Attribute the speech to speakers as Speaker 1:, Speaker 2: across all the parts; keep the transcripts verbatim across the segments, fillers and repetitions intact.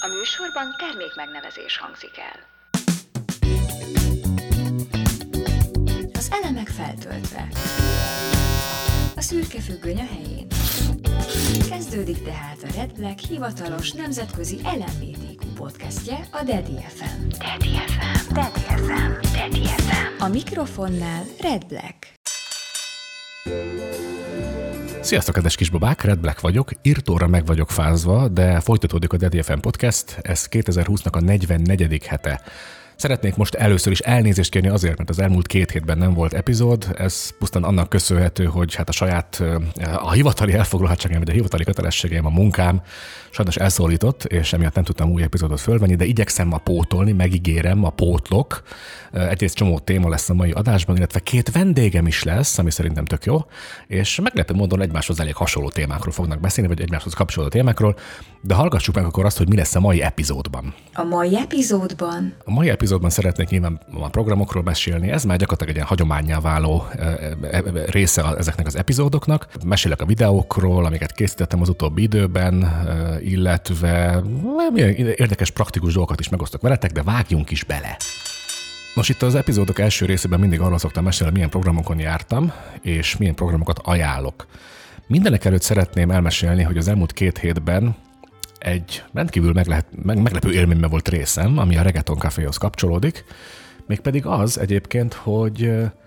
Speaker 1: A műsorban termék megnevezés hangzik el. Az elemek feltöltve. A szürke függöny a helyén. Kezdődik tehát a Red Black hivatalos nemzetközi el em bé té kú podcastje, a Daddy ef em. Daddy ef em. Daddy ef em. Daddy ef em. A mikrofonnál Red Black.
Speaker 2: Sziasztok, kedves kisbabák! Red Black vagyok, írtóra meg vagyok fázva, de folytatódik a Daddy ef em podcast, ez kétezer-húsznak a negyvennegyedik hete. Szeretnék most először is elnézést kérni azért, mert az elmúlt két hétben nem volt epizód. Ez pusztán annak köszönhető, hogy hát a saját, a hivatali elfoglaltságom, vagy a hivatali kötelességeim, a munkám sajnos elszólított, és emiatt nem tudtam új epizódot fölvenni, de igyekszem ma pótolni, megígérem, ma pótlok. Egyrészt csomó téma lesz a mai adásban, illetve két vendégem is lesz, ami szerintem tök jó, és meglepő módon egymáshoz elég hasonló témákról fognak beszélni, vagy egymáshoz kapcsolódó témákról, de hallgassuk meg akkor azt, hogy mi lesz a mai epizódban.
Speaker 1: A mai epizódban?
Speaker 2: A mai epizódban szeretnék nyilván a programokról beszélni, ez már gyakorlatilag egy ilyen hagyománnyá váló része ezeknek az epizódoknak. Mesélek a videókról, amiket készítettem az utóbbi időben, illetve érdekes, praktikus dolgokat is megosztok veletek, de vágjunk is bele. Nos, itt az epizódok első részében mindig arról szoktam mesélni, milyen programokon jártam, és milyen programokat ajánlok. Mindenek előtt szeretném elmesélni, hogy az elmúlt két hétben egy rendkívül meglep, meglepő élményben volt részem, ami a Reggaeton Caféhoz kapcsolódik, mégpedig az egyébként, hogy,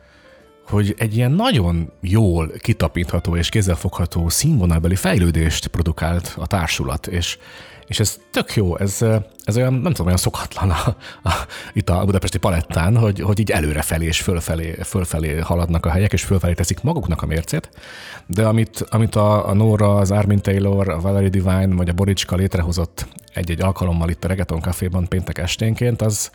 Speaker 2: hogy egy ilyen nagyon jól kitapintható és kézzelfogható színvonalbeli fejlődést produkált a társulat, és És ez tök jó, ez, ez olyan, nem tudom, olyan szokatlan a, a, itt a budapesti palettán, hogy, hogy így előrefelé és fölfelé, fölfelé haladnak a helyek, és fölfelé teszik maguknak a mércét. De amit, amit a, a Nóra, az Armin Taylor, a Valerie Divine vagy a Boricska létrehozott egy-egy alkalommal itt a Reggaeton Caféban péntek esténként, az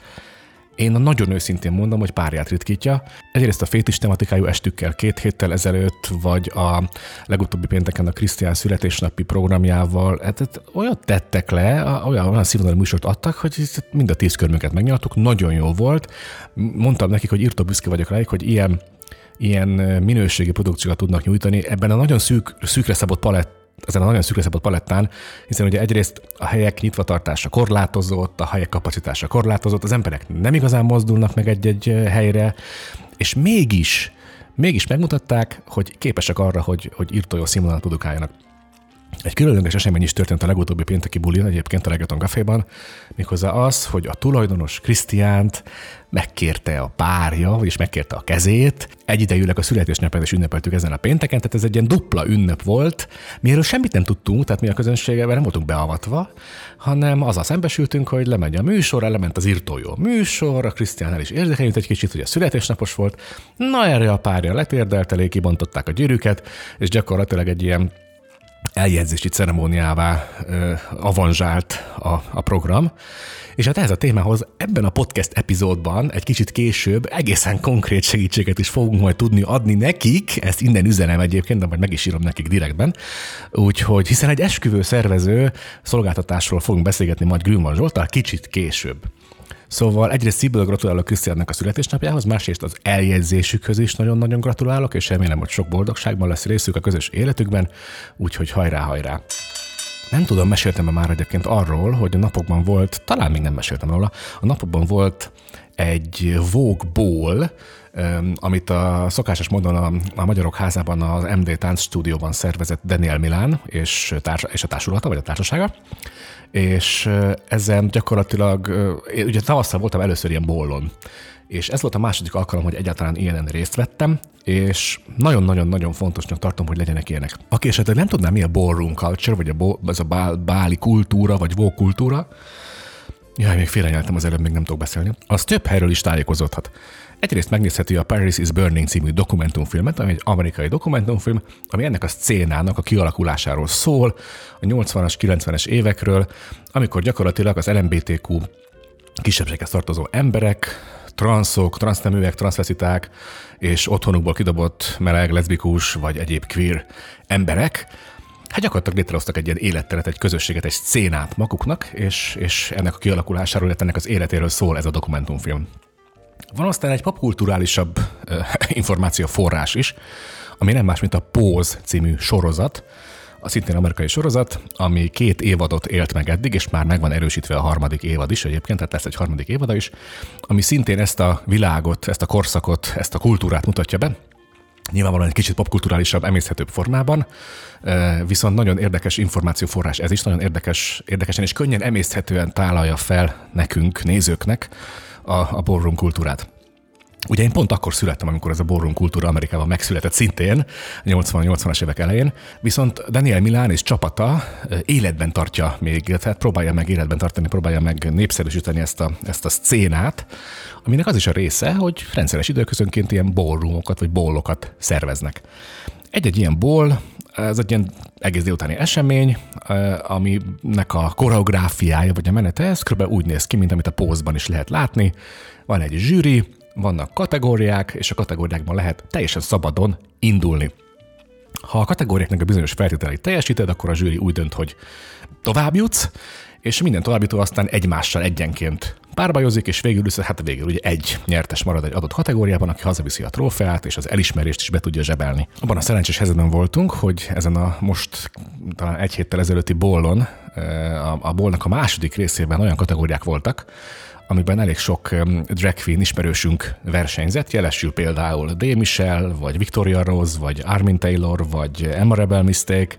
Speaker 2: én nagyon őszintén mondom, hogy párját ritkítja. Egyrészt a fétis tematikájú estükkel két héttel ezelőtt, vagy a legutóbbi pénteken a Krisztián születésnapi programjával, hát, hát olyat tettek le, olyan, olyan színvonalú műsort adtak, hogy mind a tíz körmünket megnyaltuk, nagyon jó volt. Mondtam nekik, hogy írtó büszke vagyok rájuk, hogy ilyen, ilyen minőségi produkciókat tudnak nyújtani ebben a nagyon szűk, szűkre szabott palett, ezen a nagyon szűkre szabott palettán, hiszen ugye egyrészt a helyek nyitvatartása korlátozott, a helyek kapacitása korlátozott, az emberek nem igazán mozdulnak meg egy-egy helyre, és mégis, mégis megmutatták, hogy képesek arra, hogy, hogy írtó jó színvonalat produkáljanak. Egy különleges esemény is történt a legutóbbi pénteki bulin, egyébként a Reggaeton Caféban, méghozzá az, hogy a tulajdonos Krisztiánt megkérte a párja, vagyis megkérte a kezét. Egyidejűleg a születésnapját is ünnepeltük ezen a pénteken, tehát ez egy ilyen dupla ünnep volt. Mi erről semmit nem tudtunk, tehát mi a közönségben nem voltunk beavatva, hanem azzal szembesültünk, hogy lemegy a műsor, lement az írtó jó műsor, a Krisztián el is érzékenyült egy kicsit, hogy a születésnapos volt. Na erre a párja letérdelt elé, kibontották a gyűrűket, és gyakorlatilag egy ilyen eljegyzési ceremóniává ö, avanzsált a, a program. És hát ehhez a témához ebben a podcast epizódban egy kicsit később egészen konkrét segítséget is fogunk majd tudni adni nekik, ezt innen üzenem egyébként, de majd meg is írom nekik direktben. Úgyhogy, hiszen egy esküvő szervező szolgáltatásról fogunk beszélgetni majd Grünwald Zsolttal kicsit később. Szóval egyrészt szívből gratulálok Krisztiánnak a születésnapjához, másrészt az eljegyzésükhöz is nagyon-nagyon gratulálok, és remélem, hogy sok boldogságban lesz részük a közös életükben, úgyhogy hajrá-hajrá! Nem tudom, meséltem-e már egyébként arról, hogy a napokban volt, talán még nem meséltem róla, a napokban volt egy Vogue Ball, amit a szokásos módon a, a Magyarok Házában az em dé Tánc Stúdióban szervezett Daniel Milán és, társ, és a társulata, vagy a társasága, és ezen gyakorlatilag, ugye tavasszal voltam először ilyen ballon, és ez volt a második alkalom, hogy egyáltalán ilyenen részt vettem, és nagyon-nagyon-nagyon fontosnak tartom, hogy legyenek ilyenek. Aki esetleg nem tudná, mi a ballroom culture, vagy a bo, ez a bál, báli kultúra, vagy Vogue kultúra, jaj, még félrenyeltem az előbb, még nem tudok beszélni, az több helyről is tájékozódhat. Egyrészt megnézheti a Paris is Burning című dokumentumfilmet, ami egy amerikai dokumentumfilm, ami ennek a szcénának a kialakulásáról szól, a nyolcvanas, kilencvenes évekről, amikor gyakorlatilag az el em bé té kú kisebbséghez tartozó emberek, transzok, transzneműek, transzvesziták és otthonukból kidobott meleg, leszbikus vagy egyéb queer emberek, hát gyakorlatilag létrehoztak egy ilyen életteret, egy közösséget, egy szcénát maguknak, és, és ennek a kialakulásáról, illetve ennek az életéről szól ez a dokumentumfilm. Van aztán egy popkulturálisabb uh, információforrás is, ami nem más, mint a Pose című sorozat, a szintén amerikai sorozat, ami két évadot élt meg eddig, és már meg van erősítve a harmadik évad is egyébként, tehát lesz egy harmadik évada is, ami szintén ezt a világot, ezt a korszakot, ezt a kultúrát mutatja be. Nyilvánvalóan egy kicsit popkulturálisabb, emészhetőbb formában, viszont nagyon érdekes információforrás ez is, nagyon érdekes, érdekesen és könnyen emészhetően tálalja fel nekünk, nézőknek a, a ballroom kultúrát. Ugye én pont akkor születtem, amikor ez a ballroom kultúra Amerikában megszületett szintén, nyolcvan-nyolcvanas évek elején, viszont Daniel Milán és csapata életben tartja még, tehát próbálja meg életben tartani, próbálja meg népszerűsíteni ezt a, ezt a szcénát, aminek az is a része, hogy rendszeres időközönként ilyen ballroomokat vagy ballokat szerveznek. Egy-egy ilyen ball, ez egy ilyen egész délutáni esemény, aminek a koreográfiája vagy a menete, ez kb. Úgy néz ki, mint amit a Pose-ban is lehet látni. Van egy zsűri, vannak kategóriák, és a kategóriákban lehet teljesen szabadon indulni. Ha a kategóriáknak a bizonyos feltételeit teljesíted, akkor a zsűri úgy dönt, hogy tovább jutsz, és minden továbbjutó aztán egymással egyenként párbajozik, és végül, hát végül ugye egy nyertes marad egy adott kategóriában, aki hazaviszi a trófeát, és az elismerést is be tudja zsebelni. Abban a szerencsés helyzetben voltunk, hogy ezen a most talán egy héttel ezelőtti ballon, a, a ballnak a második részében olyan kategóriák voltak, amiben elég sok drag queen ismerősünk versenyzett, jelesül például D. Michelle, vagy Victoria Rose, vagy Armin Taylor, vagy Emma Rebel Mistake,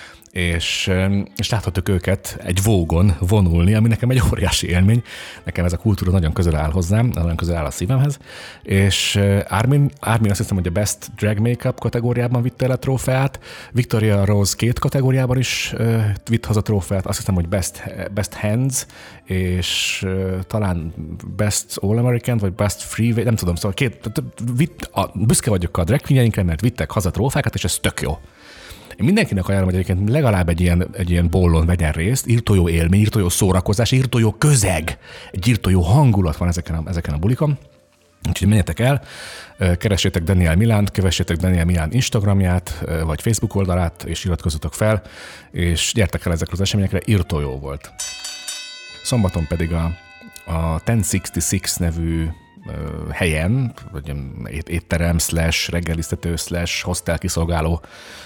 Speaker 2: és, és láthattuk őket egy Vogue-on vonulni, ami nekem egy óriási élmény. Nekem ez a kultúra nagyon közel áll hozzám, nagyon közel áll a szívemhez, és Armin, Armin azt hiszem, hogy a Best Drag Makeup kategóriában vitte el a trófeát, Victoria Rose két kategóriában is uh, vitt haza trófeát, azt hiszem, hogy Best, Best Hands, és uh, talán Best All American, vagy Best Free, nem tudom, szóval két, vitt, a, büszke vagyok a drag queenjeinkre, mert vittek haza trófákat, és ez tök jó. Én mindenkinek ajánlom, hogy egyébként legalább egy ilyen, egy ilyen ballon vegyen részt, írtó jó élmény, írtó jó szórakozás, írtó jó közeg, egy írtó jó hangulat van ezeken a, ezeken a bulikon. Úgyhogy menjetek el, keressétek Daniel Milánt, kövessétek Daniel Milán Instagramját, vagy Facebook oldalát, és iratkozzatok fel, és gyertek el ezekre az eseményekre, írtó jó volt. Szombaton pedig a, a tíz százszázhatvanhat nevű helyen, vagy étterem, slash, reggelisztető, slash, hostel kiszolgáló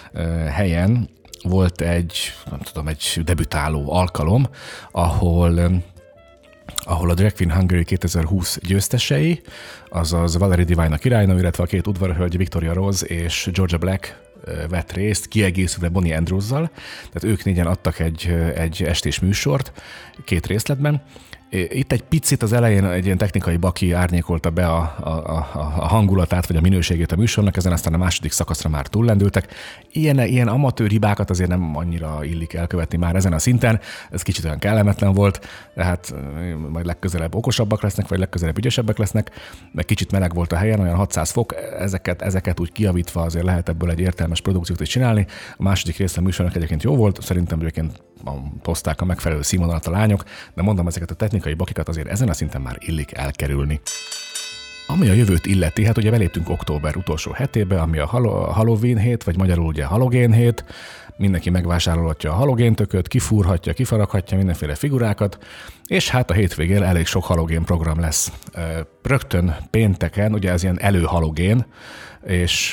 Speaker 2: helyen volt egy, nem tudom, egy debütáló alkalom, ahol, ahol a Drag Queen Hungary kétezer-húsz győztesei, azaz Valerie Divine a királynő, illetve a két udvarhölgy, Victoria Rose és Georgia Black vett részt, kiegészülve Bonnie Andrews-zal, tehát ők négyen adtak egy, egy estés műsort két részletben. Itt egy picit az elején egy ilyen technikai baki árnyékolta be a, a, a, a hangulatát, vagy a minőségét a műsornak, ezen aztán a második szakaszra már túllendültek. Ilyen, ilyen amatőr hibákat azért nem annyira illik elkövetni már ezen a szinten, ez kicsit olyan kellemetlen volt, tehát majd legközelebb okosabbak lesznek, vagy legközelebb ügyesebbek lesznek, meg kicsit meleg volt a helyen, olyan hatszáz fok, ezeket, ezeket úgy kijavítva azért lehet ebből egy értelmes produkciót is csinálni. A második része a műsornak egyébként jó volt, szerintem egyébként hozták a megfelelő színvonalat a lányok, de mondom, ezeket a technikai bakikat azért ezen a szinten már illik elkerülni. Ami a jövőt illeti, hát ugye beléptünk október utolsó hetébe, ami a Halloween hét, vagy magyarul ugye Halogén hét, mindenki megvásárolhatja a halogéntököt, kifúrhatja, kifaraghatja mindenféle figurákat, és hát a hétvégén elég sok halogén program lesz. Rögtön pénteken, ugye ez ilyen előhalogén, és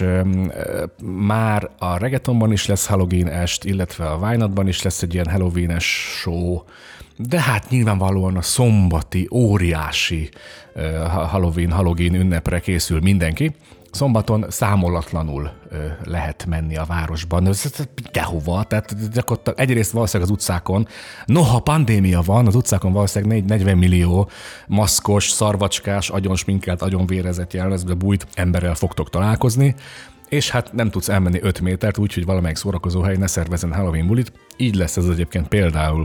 Speaker 2: már a reggaetonban is lesz Halloween est, illetve a Wynotban is lesz egy ilyen Halloween-es show, de hát nyilvánvalóan a szombati óriási Halloween, Halloween ünnepre készül mindenki. Szombaton számolatlanul lehet menni a városban, dehova, tehát gyakorlatilag egyrészt valószínűleg az utcákon, noha pandémia van, az utcákon valószínűleg negyven millió maszkos, szarvacskás, agyonsminkelt, agyonvérezett, jelmezbe bújt emberrel fogtok találkozni, és hát nem tudsz elmenni öt métert, úgyhogy valamelyik szórakozóhely ne szervezzen Halloween bulit. Így lesz ez egyébként például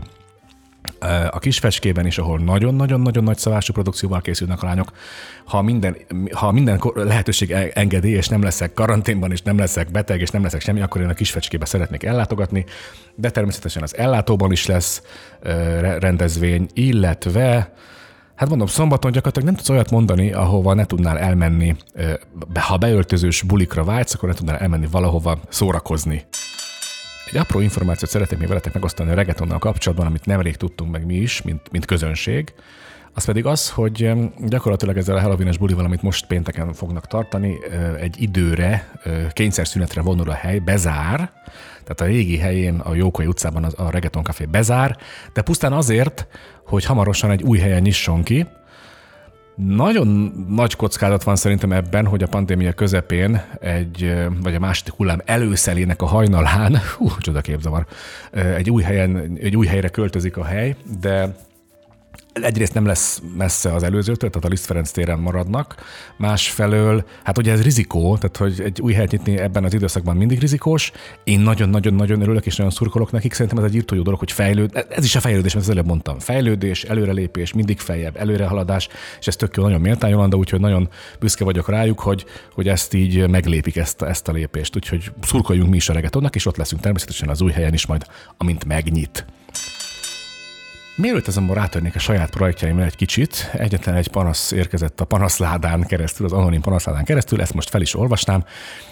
Speaker 2: a Kisfecskében is, ahol nagyon-nagyon-nagyon nagy szavású produkcióval készülnek a lányok. Ha minden, ha minden lehetőség engedi, és nem leszek karanténban, és nem leszek beteg, és nem leszek semmi, akkor én a Kisfecskébe szeretnék ellátogatni, de természetesen az ellátóban is lesz rendezvény, illetve hát mondom, szombaton gyakorlatilag nem tudsz olyat mondani, ahova ne tudnál elmenni, ha beöltözős bulikra vágysz, akkor ne tudnál elmenni valahova szórakozni. Egy apró információt szeretnék még veletek megosztani a reggaetonnal kapcsolatban, amit nemrég tudtunk meg mi is, mint, mint közönség. Az pedig az, hogy gyakorlatilag ezzel a Halloween-es bulival, amit most pénteken fognak tartani, egy időre, kényszerszünetre vonul a hely, bezár, tehát a régi helyén, a Jókai utcában a Reggaeton Café bezár, de pusztán azért, hogy hamarosan egy új helyen nyisson ki. Nagyon nagy kockázat van szerintem ebben, hogy a pandémia közepén egy, vagy a második hullám előszelének a hajnalán, hú, csoda képzavar, egy új helyen, egy új helyre költözik a hely, de egyrészt nem lesz messze az előzőtől, tehát a Liszt Ferenc téren maradnak. Másfelől, hát ugye ez rizikó, tehát hogy egy új helyet nyitni ebben az időszakban mindig rizikós. Én nagyon-nagyon-nagyon örülök és nagyon szurkolok nekik. Szerintem ez egy írtó jó dolog, hogy fejlőd. Ez is a fejlődés, mert az előbb mondtam. Fejlődés, előrelépés, mindig feljebb, előrehaladás, és ez tök jó, nagyon méltán Jolanda, úgyhogy nagyon büszke vagyok rájuk, hogy, hogy ezt így meglépik, ezt, ezt a lépést. Úgyhogy szurkoljunk mi is a Reggaetonnak, és ott leszünk természetesen az új helyen is majd, amint megnyit. Mielőtt azonban rátörnék a saját projektjeimre egy kicsit, egyetlen egy panasz érkezett a panaszládán keresztül, az anonim panaszládán keresztül, ezt most fel is olvasnám.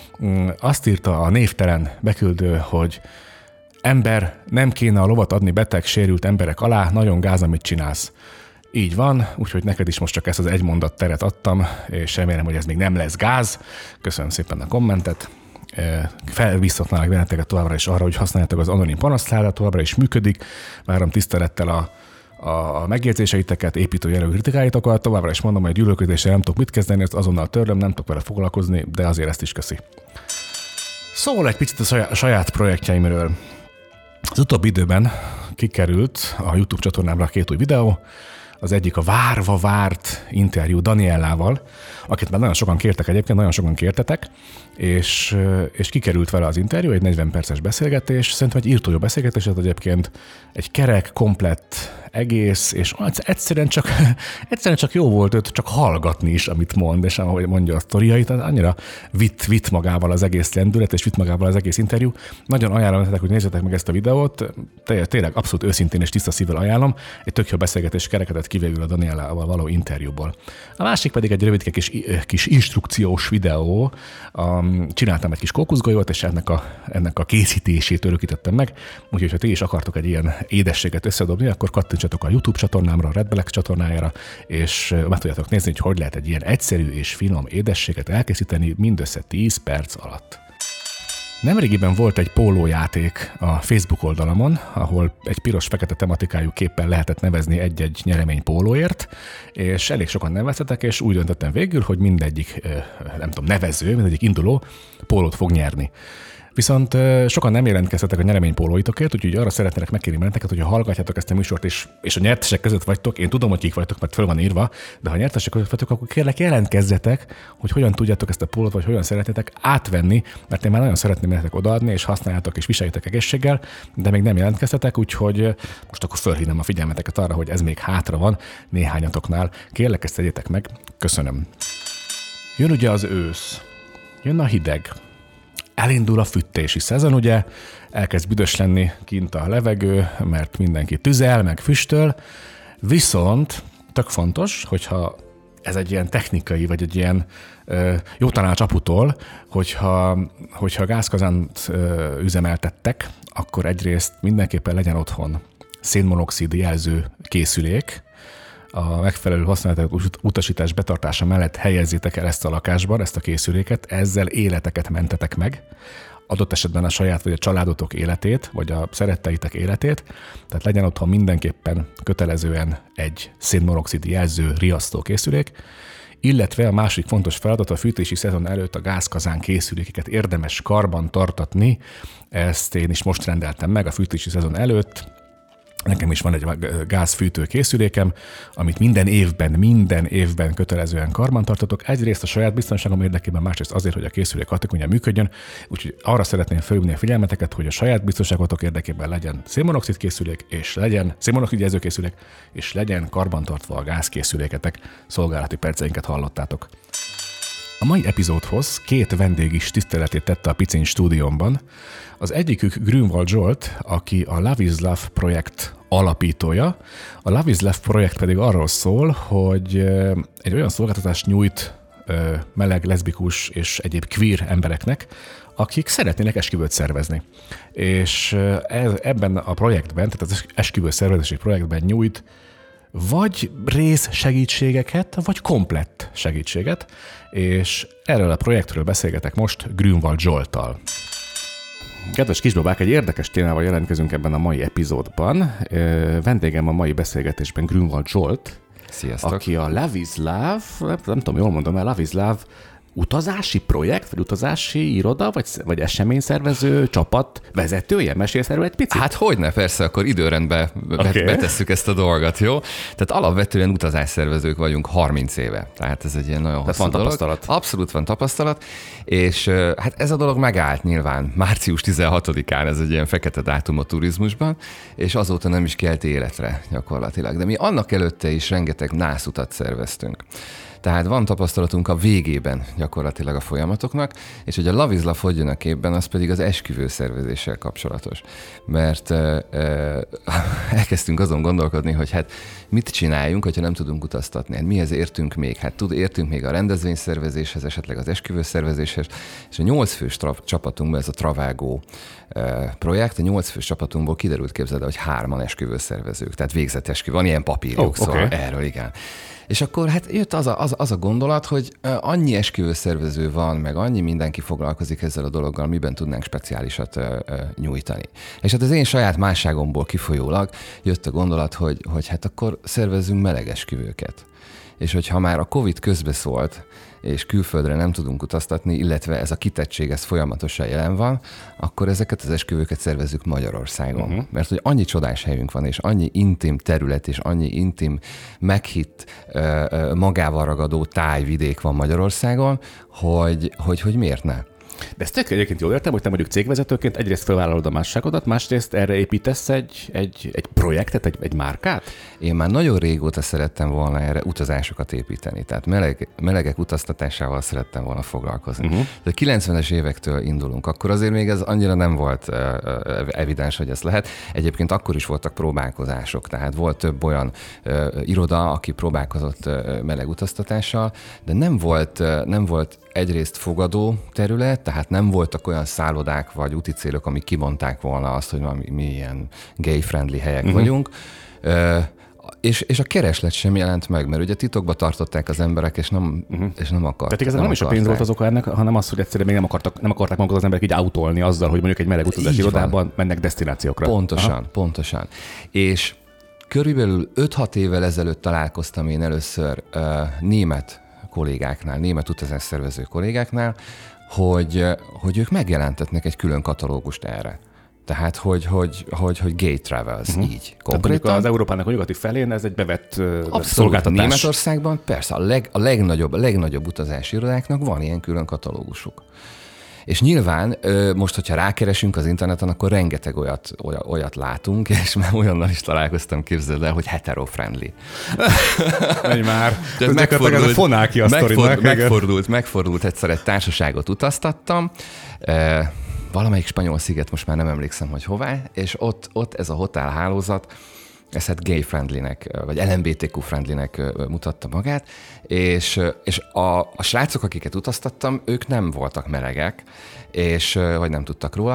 Speaker 2: Azt írta a névtelen beküldő, hogy ember, nem kéne a lovat adni beteg, sérült emberek alá, nagyon gáz, amit csinálsz. Így van, úgyhogy neked is most csak ezt az egy mondat teret adtam, és remélem, hogy ez még nem lesz gáz. Köszönöm szépen a kommentet. Felbíztatnálak benneteket továbbra is arra, hogy használjátok az anonim panaszládát, továbbra is működik. Várom tisztelettel a, a megjegyzéseiteket, építő jellegű kritikáitokat. Továbbra is mondom, hogy gyűlölködéssel nem tudok mit kezdeni, ezt azonnal törlöm, nem tudok vele foglalkozni, de azért ezt is köszi. Szól egy picit a saját, a saját projektjeimről. Az utóbbi időben kikerült a YouTube csatornámra két új videó. Az egyik a várva várt interjú Daniellával, akit már nagyon sokan kértek egyébként, nagyon sokan kértetek, és, és kikerült vele az interjú, egy negyven perces beszélgetés, szerintem egy írtó jó beszélgetés, egyébként egy kerek, komplett egész, és egyszerűen csak, egyszerűen csak jó volt őt csak hallgatni is, amit mond, és ahogy mondja a sztoriait, annyira vitt, vitt magával az egész lendület, és vitt magával az egész interjú. Nagyon ajánlom nektek, hogy nézzetek meg ezt a videót, tényleg abszolút őszintén és tiszta szívvel ajánlom, egy tök jó beszélgetés kerekedett kivégül a Daniellával való interjúból. A másik pedig egy rövid kis, kis instrukciós videó, um, csináltam egy kis kókuszgolyót, és ennek a, ennek a készítését örökítettem meg, úgyhogy ha ti is akartok egy ilyen édességet összedobni, akkor kattintsatok a YouTube csatornámra, a Red Black csatornájára, és meg tudjátok nézni, hogy hogy lehet egy ilyen egyszerű és finom édességet elkészíteni mindössze tíz perc alatt. Nemrégiben volt egy pólójáték a Facebook oldalamon, ahol egy piros-fekete tematikájú képpel lehetett nevezni egy-egy nyeremény pólóért, és elég sokan neveztetek, és úgy döntöttem végül, hogy mindegyik, nem tudom, nevező, mindegyik induló pólót fog nyerni. Viszont sokan nem jelentkeztetek a nyereménypólóitokért, úgyhogy arra szeretnének megkérni benneteket, hogy ha hallgatjátok ezt a műsort, és, és a nyertesek között vagytok, én tudom, hogy kik vagytok, mert föl van írva, de ha nyertesek között vagytok, akkor kérlek jelentkezzetek, hogy hogyan tudjátok ezt a pólót, vagy hogyan szeretnétek átvenni, mert én már nagyon szeretném nektek odaadni, és használjátok és viseljétek egészséggel, de még nem jelentkeztetek, úgyhogy most akkor fölhívnám a figyelmeteket arra, hogy ez még hátra van néhányatoknál. Kérlek, ezt tegyétek meg. Köszönöm. Jön ugye az ősz. Jön a hideg. Elindul a fűtési szezon, ugye, elkezd büdös lenni kint a levegő, mert mindenki tüzel, meg füstöl, viszont tök fontos, hogyha ez egy ilyen technikai, vagy egy ilyen ö, jó tanács aputól, hogyha, hogyha gázkazánt ö, üzemeltettek, akkor egyrészt mindenképpen legyen otthon szénmonoxid jelző készülék, a megfelelő használati utasítás betartása mellett helyezzétek el ezt a lakásban, ezt a készüléket, ezzel életeket mentetek meg, adott esetben a saját vagy a családotok életét, vagy a szeretteitek életét, tehát legyen otthon mindenképpen kötelezően egy szénmonoxid jelző riasztó készülék, illetve a másik fontos feladat a fűtési szezon előtt a gázkazán készülékeket érdemes karban tartatni, ezt én is most rendeltem meg a fűtési szezon előtt. Nekem is van egy gázfűtő készülékem, amit minden évben, minden évben kötelezően karban tartatok. Egyrészt a saját biztonságom érdekében, másrészt azért, hogy a készülék hatékonyan működjön. Úgyhogy arra szeretném felhívni a figyelmeteket, hogy a saját biztonságotok érdekében legyen szénmonoxid készülék, és legyen szénmonoxid jelzőkészülék, és legyen karbantartva a gázkészüléketek. Szolgálati perceinket hallottátok. A mai epizódhoz két vendég is tiszteletét tette a Picin stúdiómban. Az egyikük Grünwald Zsolt, aki a Love is Love projekt alapítója. A Love is Love projekt pedig arról szól, hogy egy olyan szolgáltatást nyújt meleg, leszbikus és egyéb queer embereknek, akik szeretnének esküvőt szervezni. És ez, ebben a projektben, tehát az esküvő szervezési projektben nyújt vagy rész segítségeket, vagy komplett segítséget, és erről a projektről beszélgetek most Grünwald Zsolttal. Kedves kisbabák, egy érdekes témával jelentkezünk ebben a mai epizódban. Vendégem a mai beszélgetésben Grünwald Zsolt,
Speaker 3: Sziasztok.
Speaker 2: Aki a Love is Love, nem, nem tudom, jól mondom el, Love is Love utazási projekt, vagy utazási iroda, vagy, vagy eseményszervező csapat vezetője? Mesélsz erről egy picit?
Speaker 3: Hát hogyne, persze, akkor időrendbe okay. betesszük ezt a dolgot, jó? Tehát alapvetően utazásszervezők vagyunk harminc éve. Tehát ez egy ilyen nagyon hosszú
Speaker 2: van
Speaker 3: dolog.
Speaker 2: Tapasztalat.
Speaker 3: Abszolút van tapasztalat, és hát ez a dolog megállt nyilván. március tizenhatodikán ez egy ilyen fekete dátum a turizmusban, és azóta nem is kelt életre gyakorlatilag. De mi annak előtte is rengeteg nászutat szerveztünk. Tehát van tapasztalatunk a végében gyakorlatilag a folyamatoknak, és hogy a Love is Love hogy jön a képben, az pedig az esküvő szervezéssel kapcsolatos. Mert uh, uh, elkezdtünk azon gondolkodni, hogy hát mit csináljunk, hogyha nem tudunk utaztatni. Hát mihez értünk még? Hát tud, értünk még a rendezvényszervezéshez, esetleg az esküvő szervezéshez, és a nyolc fős tra- csapatunkban ez a Travágó uh, projekt, a nyolc fős csapatunkból kiderült, képzeld, hogy hárman esküvő szervezők, tehát végzett esküvő, van ilyen papírjuk, oh, szóval okay. erről igen. És akkor hát jött az a, az, az a gondolat, hogy annyi esküvőszervező van, meg annyi mindenki foglalkozik ezzel a dologgal, miben tudnánk speciálisat ö, ö, nyújtani. És hát az én saját másságomból kifolyólag jött a gondolat, hogy, hogy hát akkor szervezzünk meleg esküvőket. És hogyha már a Covid közbeszólt, és külföldre nem tudunk utaztatni, illetve ez a kitettség, ez folyamatosan jelen van, akkor ezeket az esküvőket szervezzük Magyarországon. Uh-huh. Mert hogy annyi csodás helyünk van, és annyi intim terület, és annyi intim, meghitt, magával ragadó tájvidék van Magyarországon, hogy, hogy, hogy miért ne?
Speaker 2: De ezt egyébként jól értem, hogy te mondjuk cégvezetőként egyrészt felvállalod a másságodat, másrészt erre építesz egy, egy, egy projektet, egy, egy márkát?
Speaker 3: Én már nagyon régóta szerettem volna erre utazásokat építeni, tehát meleg, melegek utaztatásával szerettem volna foglalkozni. Uh-huh. De kilencvenes évektől indulunk, akkor azért még ez annyira nem volt uh, evidens, hogy ez lehet. Egyébként akkor is voltak próbálkozások, tehát volt több olyan uh, iroda, aki próbálkozott uh, meleg utaztatással, de nem volt, uh, nem volt egyrészt fogadó terület, tehát nem voltak olyan szállodák vagy úti célok, amik kimondták volna azt, hogy mi, mi ilyen gay-friendly helyek uh-huh. vagyunk. Uh, és, és a kereslet sem jelent meg, mert ugye titokba tartották az emberek, és nem, uh-huh. és nem akartak.
Speaker 2: Tehát igazából nem, nem is a pénz volt az oka ennek, hanem az, hogy egyszerűen még nem akartak, nem akarták magukat az emberek így autolni azzal, hogy mondjuk egy meleg utazási irodában mennek destinációkra.
Speaker 3: Pontosan,
Speaker 2: Aha.
Speaker 3: pontosan. És körülbelül öt-hat évvel ezelőtt találkoztam én először uh, német kollégáknál, német utazásszervező kollégáknál, hogy, hogy ők megjelentetnek egy külön katalógust erre. Tehát, hogy, hogy, hogy, hogy gay travels, uh-huh. így.
Speaker 2: Konkrétan az Európának a nyugati felén ez egy bevett abszolút, szolgáltatás.
Speaker 3: Németországban persze a, leg, a legnagyobb, a legnagyobb utazási irodáknak van ilyen külön katalógusuk. És nyilván most, hogyha rákeresünk az interneten, akkor rengeteg olyat, olyat, olyat látunk, és már olyannal is találkoztam, képzeld el, hogy hetero-friendly.
Speaker 2: Menj már. Ez megfordult, ez a fonákia
Speaker 3: megfordult, megfordult, megfordult egyszer egy társaságot utaztattam, e, valamelyik spanyol sziget, most már nem emlékszem, hogy hová, és ott, ott ez a hotelhálózat, ez hát gay-friendlynek, vagy el em bé té kú-friendlynek mutatta magát, és, és a, a srácok, akiket utaztattam, ők nem voltak melegek, és, vagy nem tudtak róla,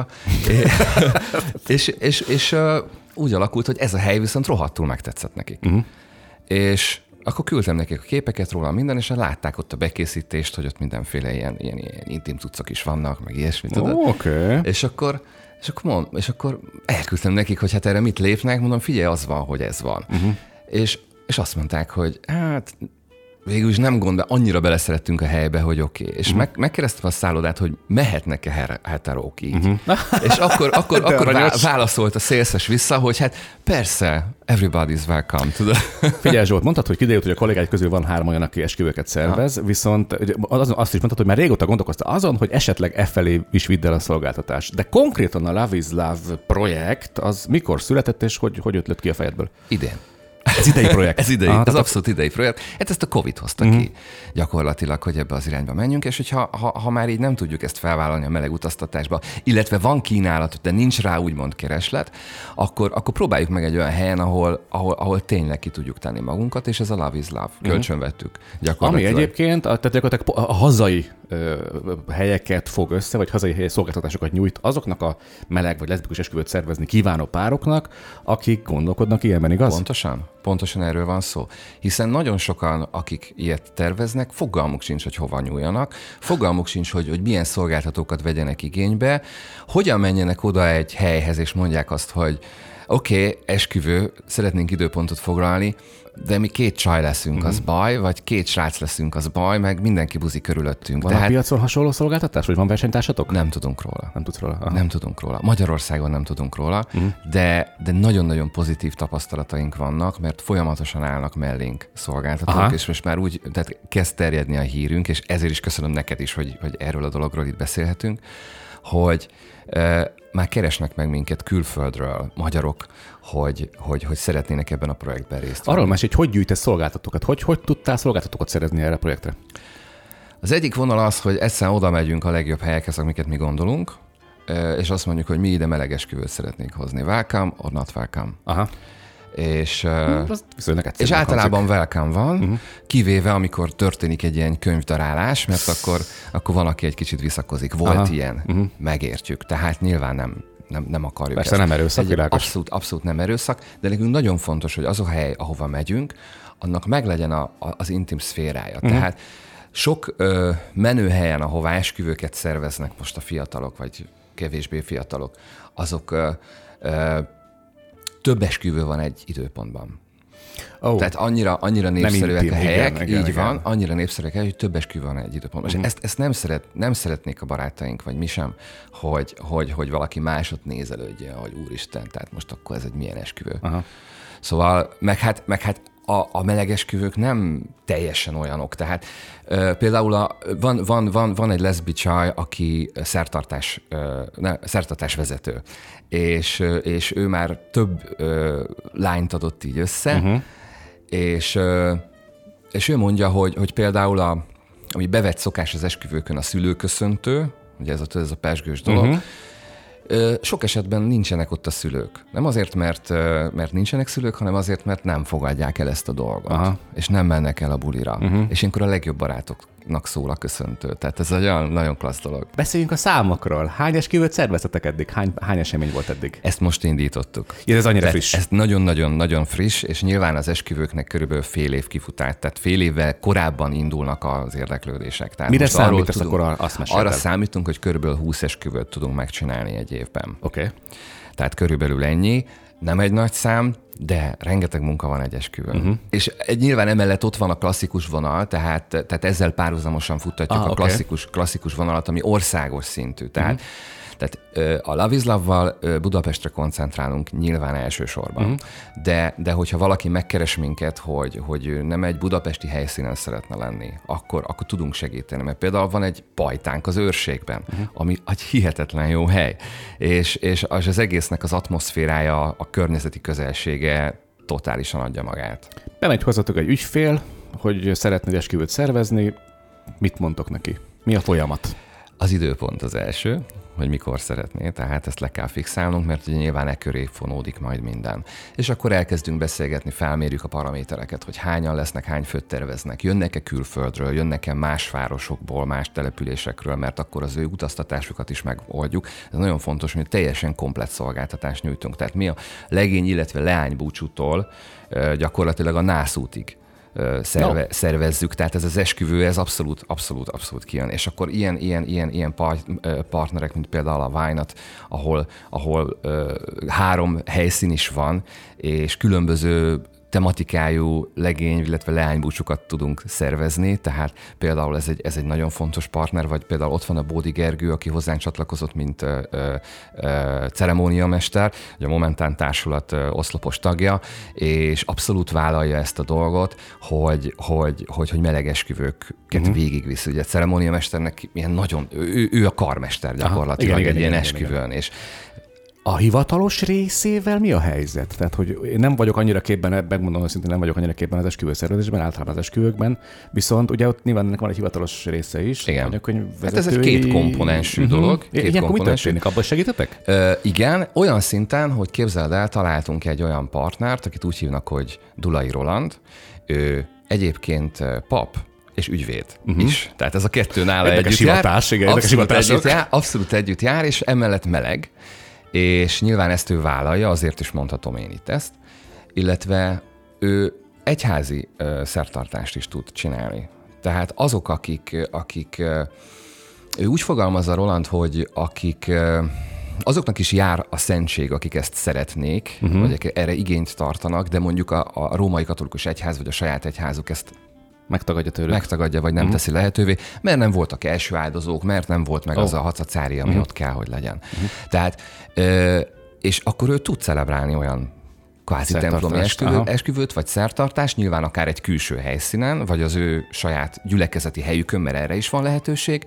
Speaker 3: és, és, és úgy alakult, hogy ez a hely viszont rohadtul megtetszett nekik. Uh-huh. És akkor küldtem nekik a képeket róla minden, és látták ott a bekészítést, hogy ott mindenféle ilyen, ilyen, ilyen intim cuccok is vannak, meg ilyesmi, tudod?
Speaker 2: Oh, okay.
Speaker 3: És akkor És akkor, mond, és akkor elküldtem nekik, hogy hát erre mit lépnek, mondom, figyelj, az van, hogy ez van. Uh-huh. És, és azt mondták, hogy hát végül is nem gond, de annyira beleszerettünk a helybe, hogy oké. Okay. És uh-huh. meg, megkérdeztem a szállodát, hogy mehetnek-e heterók így. Uh-huh. És akkor, akkor, akkor vá- válaszolt a szélszes vissza, hogy hát persze, everybody's welcome. Tudod?
Speaker 2: Figyelj Zsolt, mondtad, hogy kiderült, hogy a kollégáid közül van három olyan, aki esküvőket szervez, ha. Viszont az, azt is mondtad, hogy már régóta gondolkozta azon, hogy esetleg e felé is vidd el a szolgáltatás. De konkrétan a Love is Love projekt, az mikor született, és hogy, hogy ötlött ki a fejedből?
Speaker 3: Idén.
Speaker 2: Ez idei projekt.
Speaker 3: Ez idei, ah, ez abszolút idei projekt. Hát ezt a Covid hozta mm. ki gyakorlatilag, hogy ebbe az irányba menjünk, és hogyha ha, ha már így nem tudjuk ezt felvállalni a meleg utaztatásba, illetve van kínálat, de nincs rá úgymond kereslet, akkor, akkor próbáljuk meg egy olyan helyen, ahol, ahol, ahol tényleg ki tudjuk tenni magunkat, és ez a Love is Love. Kölcsönvettük gyakorlatilag.
Speaker 2: Ami egyébként a, tehát a, a hazai ö, helyeket fog össze, vagy hazai helyi szolgáltatásokat nyújt azoknak a meleg vagy leszbikus esküvőt szervezni kívánó pároknak, akik gondolkodnak ilyenben, igaz?
Speaker 3: Pontosan. Pontosan erről van szó. Hiszen nagyon sokan, akik ilyet terveznek, fogalmuk sincs, hogy hova nyúljanak, fogalmuk sincs, hogy, hogy milyen szolgáltatókat vegyenek igénybe, hogyan menjenek oda egy helyhez, és mondják azt, hogy oké, okay, esküvő, szeretnénk időpontot foglalni, de mi két csaj leszünk, az uh-huh. baj, vagy két srác leszünk, az baj, meg mindenki buzi körülöttünk.
Speaker 2: Van Tehát... a piacon hasonló szolgáltatás, vagy van versenytársatok?
Speaker 3: Nem tudunk róla.
Speaker 2: Nem tudsz róla? Aha.
Speaker 3: Nem tudunk róla. Magyarországon nem tudunk róla, uh-huh. de, de nagyon-nagyon pozitív tapasztalataink vannak, mert folyamatosan állnak mellénk szolgáltatók, Aha. és most már úgy, tehát kezd terjedni a hírünk, és ezért is köszönöm neked is, hogy, hogy erről a dologról itt beszélhetünk, hogy e, már keresnek meg minket külföldről magyarok, hogy, hogy, hogy szeretnének ebben a projektben részt venni.
Speaker 2: Arról mesélj, hogy hogy gyűjtesz szolgáltatókat? Hogy, hogy tudtál szolgáltatókat szerezni erre a projektre?
Speaker 3: Az egyik vonal az, hogy egyszerűen oda megyünk a legjobb helyekhez, amiket mi gondolunk, és azt mondjuk, hogy mi ide meleg esküvőt szeretnénk hozni. Welcome or not welcome.
Speaker 2: Aha.
Speaker 3: És,
Speaker 2: hm,
Speaker 3: és általában welcome van, uh-huh. kivéve amikor történik egy ilyen könyvdarálás, mert akkor, akkor van, aki egy kicsit visszakozik. Volt Aha. ilyen, uh-huh. megértjük. Tehát nyilván nem, nem, nem akarjuk
Speaker 2: Persze
Speaker 3: ezt.
Speaker 2: nem erőszak, világos.
Speaker 3: Abszolút, abszolút nem erőszak, de nekünk nagyon fontos, hogy az a hely, ahova megyünk, annak meglegyen a, a, az intim szférája. Uh-huh. Tehát sok ö, menő helyen, ahová esküvőket szerveznek most a fiatalok, vagy kevésbé fiatalok, azok ö, ö, több esküvő van egy időpontban. Oh. Tehát annyira, annyira népszerűek intim, a helyek, igen, így igen, van, igen. annyira népszerűek, hogy több esküvő van egy időpontban. Mm. És ezt, ezt nem, szeret, nem szeretnék a barátaink, vagy mi sem, hogy, hogy, hogy valaki másot nézelődjön, hogy úristen, tehát most akkor ez egy milyen esküvő. Aha. Szóval, meg hát, meg hát a, a melegesküvők nem teljesen olyanok. Tehát uh, például a, van, van, van, van egy leszbi csaj, aki szertartás, uh, ne, szertartás vezető, és, uh, és ő már több uh, lányt adott így össze, uh-huh. és, uh, és ő mondja, hogy, hogy például a, ami bevett szokás az esküvőkön a szülőköszöntő, ugye ez a, ez a pezsgős dolog, uh-huh. Sok esetben nincsenek ott a szülők. Nem azért, mert, mert nincsenek szülők, hanem azért, mert nem fogadják el ezt a dolgot. Aha. És nem mennek el a bulira. Uh-huh. És ilyenkor a legjobb barátoknak szól a köszöntő. Tehát ez egy olyan nagyon klassz dolog.
Speaker 2: Beszéljünk a számokról. Hány esküvőt szerveztetek eddig? Hány, hány esemény volt eddig?
Speaker 3: Ezt most indítottuk.
Speaker 2: Ja, ez annyira friss.
Speaker 3: Ez nagyon-nagyon-nagyon friss, és nyilván az esküvőknek körülbelül fél év kifutát. Tehát fél évvel korábban indulnak az érdeklődések. Tehát
Speaker 2: mire számítasz akkor, azt mesélted?
Speaker 3: Arra számítunk, hogy körülbelül húsz esküvőt tudunk megcsinálni egy évben.
Speaker 2: Oké. Okay.
Speaker 3: Tehát körülbelül ennyi. Nem egy nagy szám, de rengeteg munka van egy esküvőn. Uh-huh. És egy, nyilván emellett ott van a klasszikus vonal, tehát, tehát ezzel párhuzamosan futtatjuk ah, a klasszikus, okay. klasszikus vonalat, ami országos szintű. Tehát, uh-huh. tehát a Love is Love-val Budapestre koncentrálunk nyilván elsősorban. Uh-huh. De, de hogyha valaki megkeres minket, hogy, hogy nem egy budapesti helyszínen szeretne lenni, akkor, akkor tudunk segíteni. Mert például van egy pajtánk az Őrségben, uh-huh. ami egy hihetetlen jó hely. És, és az egésznek az atmoszférája, a környezeti közelsége totálisan adja magát.
Speaker 2: Bemegy hozzatok egy ügyfél, hogy szeretne egy esküvőt szervezni, mit mondtok neki? Mi a folyamat?
Speaker 3: Az időpont az első, hogy mikor szeretné, tehát ezt le kell fixálnunk, mert ugye nyilván e köré fonódik majd minden. És akkor elkezdünk beszélgetni, felmérjük a paramétereket, hogy hányan lesznek, hány főt terveznek, jönnek-e külföldről, jönnek-e más városokból, más településekről, mert akkor az ő utaztatásukat is megoldjuk. Ez nagyon fontos, hogy teljesen komplett szolgáltatást nyújtunk. Tehát mi a legény, illetve leány búcsútól gyakorlatilag a nászútig Szerve, no. szervezzük, tehát ez az esküvő, ez abszolút, abszolút, abszolút kijön. És akkor ilyen, ilyen, ilyen, ilyen partnerek, mint például a Vájnat, ahol, ahol uh, három helyszín is van, és különböző tematikájú legény, illetve leánybúcsukat tudunk szervezni, tehát például ez egy, ez egy nagyon fontos partner, vagy például ott van a Bódi Gergő, aki hozzánk csatlakozott, mint ö, ö, ö, ceremóniamester, a Momentán Társulat ö, oszlopos tagja, és abszolút vállalja ezt a dolgot, hogy, hogy, hogy, hogy meleg esküvőket uh-huh. végigvisz. Ugye a ceremóniamesternek ilyen nagyon, ő, ő a karmester gyakorlatilag. Aha, igen, egy igen, ilyen igen, esküvőn, igen. És
Speaker 2: a hivatalos részével mi a helyzet? Tehát, hogy én nem vagyok annyira képben, megmondom őszintén, nem vagyok annyira képben az esküvőszervezésben, általában az esküvőkben, viszont ugye ott nyilván ennek van egy hivatalos része is.
Speaker 3: Igen. Hát ez egy két komponensű uh-huh. dolog. Két
Speaker 2: Ilyenkor mi történik? Abban segítetek?
Speaker 3: Uh, igen, olyan szinten, hogy képzeld el, találtunk egy olyan partnert, akit úgy hívnak, hogy Dulai Roland. Ő egyébként pap, és ügyvéd uh-huh. is. Tehát ez a kettő nála
Speaker 2: érdekes
Speaker 3: együtt
Speaker 2: hivatás,
Speaker 3: jár.
Speaker 2: Igen,
Speaker 3: abszolút, együtt jár, abszolút együtt jár, és emellett meleg, és nyilván ezt ő vállalja, azért is mondhatom én itt ezt, illetve ő egyházi uh, szertartást is tud csinálni. Tehát azok, akik, akik uh, ő úgy fogalmazza Roland, hogy akik uh, azoknak is jár a szentség, akik ezt szeretnék, uh-huh. vagy erre igényt tartanak, de mondjuk a, a római katolikus egyház, vagy a saját egyházuk ezt
Speaker 2: megtagadja tőlük.
Speaker 3: Megtagadja, vagy nem uh-huh. teszi lehetővé, mert nem voltak első áldozók, mert nem volt meg oh. az a hacacári, ami uh-huh. ott kell, hogy legyen. Uh-huh. Tehát, ö, és akkor ő tud celebrálni olyan kvázi templomi esküvő, esküvőt, vagy szertartást, nyilván akár egy külső helyszínen, vagy az ő saját gyülekezeti helyükön, mert erre is van lehetőség.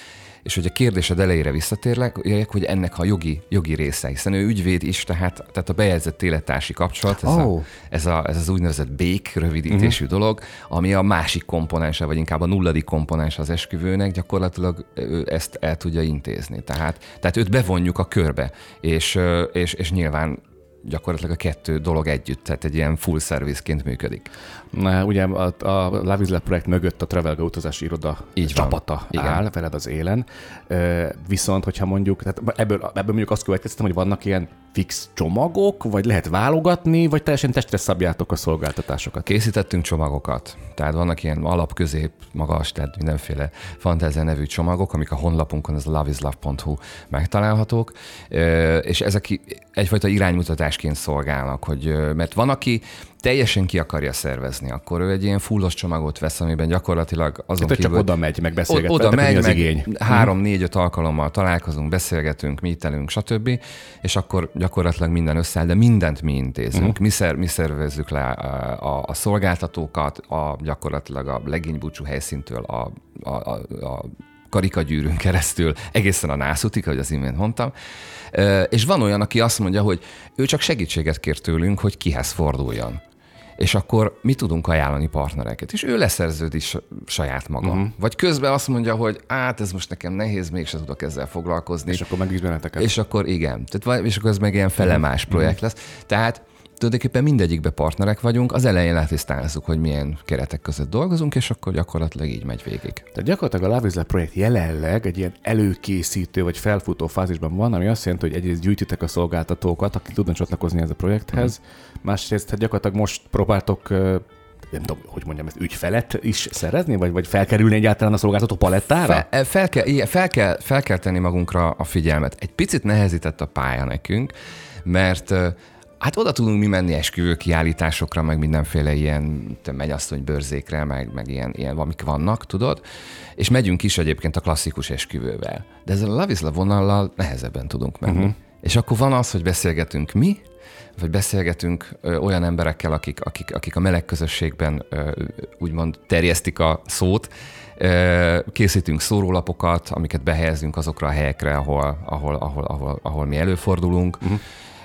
Speaker 3: És hogy a kérdésed elejére visszatérlek, hogy ennek a jogi, jogi része, hiszen ő ügyvéd is, tehát, tehát a bejegyzett élettársi kapcsolat, ez, oh. a, ez, a, ez az úgynevezett bék rövidítésű uh-huh. dolog, ami a másik komponense, vagy inkább a nulladik komponens az esküvőnek, gyakorlatilag ő ezt el tudja intézni. Tehát, tehát őt bevonjuk a körbe, és, és, és nyilván gyakorlatilag a kettő dolog együtt, tehát egy ilyen full service-ként működik.
Speaker 2: Na, ugye a, a Love is Love projekt mögött a Travelga utazási iroda Így csapata van. áll veled az élen. Viszont, hogyha mondjuk, tehát ebből, ebből mondjuk azt következtetem, hogy vannak ilyen fix csomagok, vagy lehet válogatni, vagy teljesen testre szabjátok a szolgáltatásokat?
Speaker 3: Készítettünk csomagokat. Tehát vannak ilyen alap, közép, magas, tehát mindenféle fantázia nevű csomagok, amik a honlapunkon, az loveislove pont hu megtalálhatók, és ezek egyfajta iránymutatásként szolgálnak, hogy, mert van, aki teljesen ki akarja szervezni, akkor ő egy ilyen fullos csomagot vesz, amiben gyakorlatilag azon
Speaker 2: Itt,
Speaker 3: kívül...
Speaker 2: Csak oda megy, meg beszélget.
Speaker 3: Oda megy,
Speaker 2: az
Speaker 3: meg
Speaker 2: igény.
Speaker 3: három, négy, öt alkalommal találkozunk, beszélgetünk, mítelünk, stb. És akkor gyakorlatilag minden összeáll, de mindent mi intézünk. Uh-huh. Mi, szer, mi szervezzük le a, a, a szolgáltatókat, a, gyakorlatilag a legénybúcsú helyszíntől a, a, a, a karikagyűrűn keresztül, egészen a Nászutig, ahogy az imént mondtam. És van olyan, aki azt mondja, hogy ő csak segítséget kér tőlünk, hogy kihez forduljon. És akkor mi tudunk ajánlani partnereket. És ő leszerződi saját maga. Uh-huh. Vagy közben azt mondja, hogy hát ez most nekem nehéz, mégsem tudok ezzel foglalkozni.
Speaker 2: És akkor megbíz benneteket.
Speaker 3: És akkor igen. Tehát, és akkor ez meg ilyen felemás uh-huh. projekt lesz. Tehát tulajdonképpen mindegyikbe partnerek vagyunk, az elején letisztázzuk, hogy milyen keretek között dolgozunk, és akkor gyakorlatilag így megy végig.
Speaker 2: Tehát gyakorlatilag a Love is Love projekt jelenleg egy ilyen előkészítő vagy felfutó fázisban van, ami azt jelenti, hogy egyrészt gyűjtitek a szolgáltatókat, akik tudnak csatlakozni ez a projekthez, uh-huh. másrészt hát gyakorlatilag most próbáltok, nem tudom, hogy mondjam, ezt ügyfelet is szerezni, vagy, vagy felkerülni egyáltalán a szolgáltató palettára?
Speaker 3: Fel, fel, kell, igen, fel, kell, fel kell tenni magunkra a figyelmet. Egy picit nehezített a pálya nekünk, mert hát oda tudunk mi menni esküvő kiállításokra, meg mindenféle ilyen mennyasszony bőrzékre, meg, meg ilyen, ilyen amik vannak, tudod? És megyünk is egyébként a klasszikus esküvővel. De ezzel a Love is Love vonallal nehezebben tudunk menni. Uh-huh. És akkor van az, hogy beszélgetünk mi, vagy beszélgetünk ö, olyan emberekkel, akik, akik, akik a meleg közösségben ö, úgymond terjesztik a szót, ö, készítünk szórólapokat, amiket behelyezünk azokra a helyekre, ahol, ahol, ahol, ahol, ahol mi előfordulunk, uh-huh.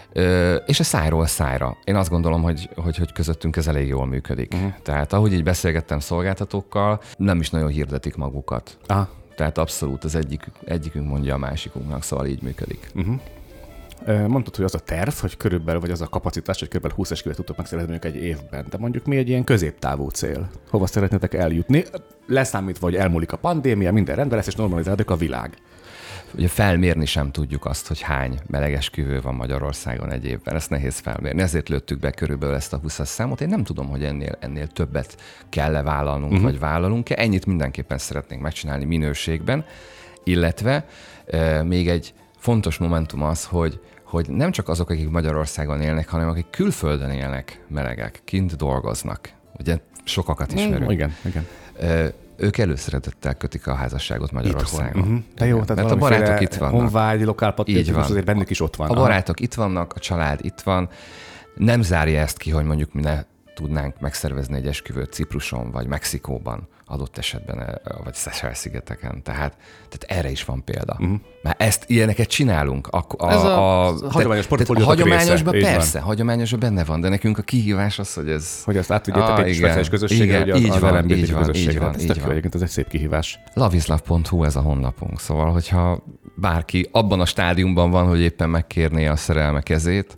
Speaker 3: Ö, és a szájról szájra. Én azt gondolom, hogy, hogy, hogy közöttünk ez elég jól működik. Uh-huh. Tehát ahogy így beszélgettem szolgáltatókkal, nem is nagyon hirdetik magukat. Aha. Tehát abszolút az egyik, egyikünk mondja a másikunknak, szóval így működik.
Speaker 2: Uh-huh. Mondtad, hogy az a terv, hogy körülbelül, vagy az a kapacitás, hogy körülbelül húsz esküvőt tudtok megszervezni mondjuk egy évben. De mondjuk mi egy ilyen középtávú cél? Hova szeretnétek eljutni? Leszámítva, hogy elmúlik a pandémia, minden rendben lesz, és normalizálódik a világ.
Speaker 3: Ugye felmérni sem tudjuk azt, hogy hány melegesküvő van Magyarországon egy évben. Ezt nehéz felmérni. Ezért lőttük be körülbelül ezt a húszas számot. Én nem tudom, hogy ennél, ennél többet kell-e vállalnunk, uh-huh. vagy vállalunk-e. Ennyit mindenképpen szeretnénk megcsinálni minőségben. Illetve e, még egy fontos momentum az, hogy, hogy nem csak azok, akik Magyarországon élnek, hanem akik külföldön élnek melegek, kint dolgoznak. Ugye sokakat ismerünk.
Speaker 2: Mm, igen, igen.
Speaker 3: E, ők előszeretettel kötik a házasságot Magyarországon.
Speaker 2: Uh-huh. De jó, tehát
Speaker 3: mert a barátok itt vannak.
Speaker 2: Honvágy, lokálpatriotizmus, azért bennük is ott van.
Speaker 3: A barátok itt vannak, a család itt van. Nem zárja ezt ki, hogy mondjuk mi ne tudnánk megszervezni egy esküvőt Cipruson, vagy Mexikóban, adott esetben, vagy Seychelles-szigeteken. Tehát, tehát erre is van példa. Uh-huh. Mert ezt, ilyeneket csinálunk. A, a,
Speaker 2: ez a,
Speaker 3: a,
Speaker 2: a hagyományos portfóliótok
Speaker 3: része. Hagyományosban persze, hagyományosban benne van, de nekünk a kihívás az, hogy ez...
Speaker 2: Hogy azt átvigyétek ah, egy speciális közösségre, hogy az, az el em bé té közösségre. Ez tök jó, egyébként ez egy szép kihívás.
Speaker 3: loveislove pont hu ez a honlapunk. Szóval, hogyha bárki abban a stádiumban van, hogy éppen megkérné a szerelme kezét,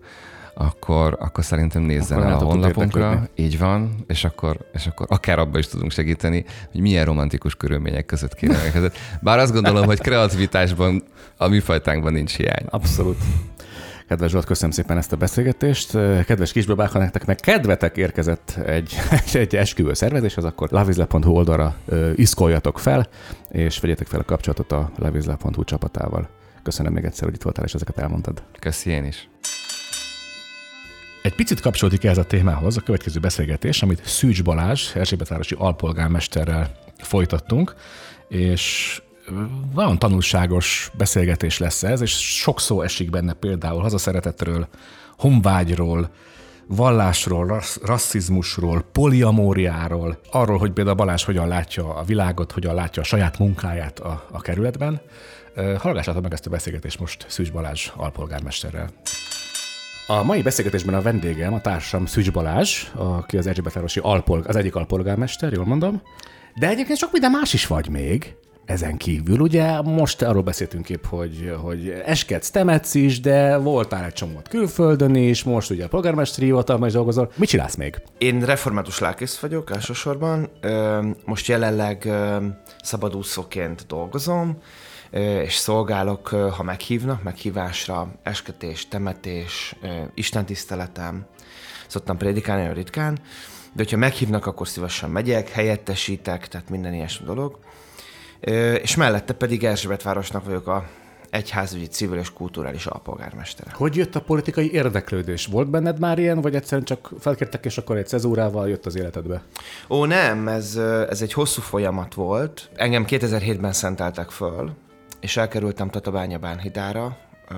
Speaker 3: akkor, akkor szerintem nézzen akkor el a honlapunkra, így van, és akkor, és akkor akár abban is tudunk segíteni, hogy milyen romantikus körülmények között kéne megkezdeni. Bár azt gondolom, hogy kreativitásban a műfajtánkban nincs hiány.
Speaker 2: Abszolút. Kedves Zsolt, köszönöm szépen ezt a beszélgetést. Kedves kisbabák, ha nektek meg kedvetek érkezett egy, egy esküvő szervezéshez, akkor loveisle pont hu oldalra iszkoljatok fel, és vegyetek fel a kapcsolatot a loveisle pont hu csapatával. Köszönöm még egyszer, hogy itt voltál, és ezeket elmondtad.
Speaker 3: Köszi én is.
Speaker 2: Egy picit kapcsolódik ehhez a témához a következő beszélgetés, amit Szűcs Balázs, erzsébetvárosi alpolgármesterrel folytattunk, és nagyon tanulságos beszélgetés lesz ez, és sok szó esik benne például hazaszeretetről, honvágyról, vallásról, rassz, rasszizmusról, poliamóriáról, arról, hogy például Balázs hogyan látja a világot, hogyan látja a saját munkáját a, a kerületben. Hallgassátok meg ezt a beszélgetést most Szűcs Balázs alpolgármesterrel. A mai beszélgetésben a vendégem, a társam Szűcs Balázs, aki az erzsébetvárosi alpolg, az egyik alpolgármester, jól mondom, de egyébként sok minden más is vagy még. Ezen kívül, ugye most arról beszéltünk épp, hogy, hogy eskedsz, temetsz is, de voltál egy csomót külföldön is, most ugye a polgármesteri hivatalban is dolgozol. Mit csinálsz még?
Speaker 4: Én református lelkész vagyok elsősorban. Most jelenleg szabadúszóként dolgozom, és szolgálok, ha meghívnak, meghívásra, esküvés, temetés, istentiszteletem. Szoktam prédikálni nagyon ritkán, de hogyha meghívnak, akkor szívesen megyek, helyettesítek, tehát minden ilyesmi dolog. És mellette pedig Erzsébetvárosnak vagyok a egyházügyi civil és kulturális alpolgármestere.
Speaker 2: Hogy jött a politikai érdeklődés? Volt benned már ilyen, vagy egyszerűen csak felkértek, és akkor egy cezúrával jött az életedbe?
Speaker 4: Ó, nem, ez, ez egy hosszú folyamat volt. Engem kétezer-hétben szenteltek föl, és elkerültem Tatabánya-Bánhidára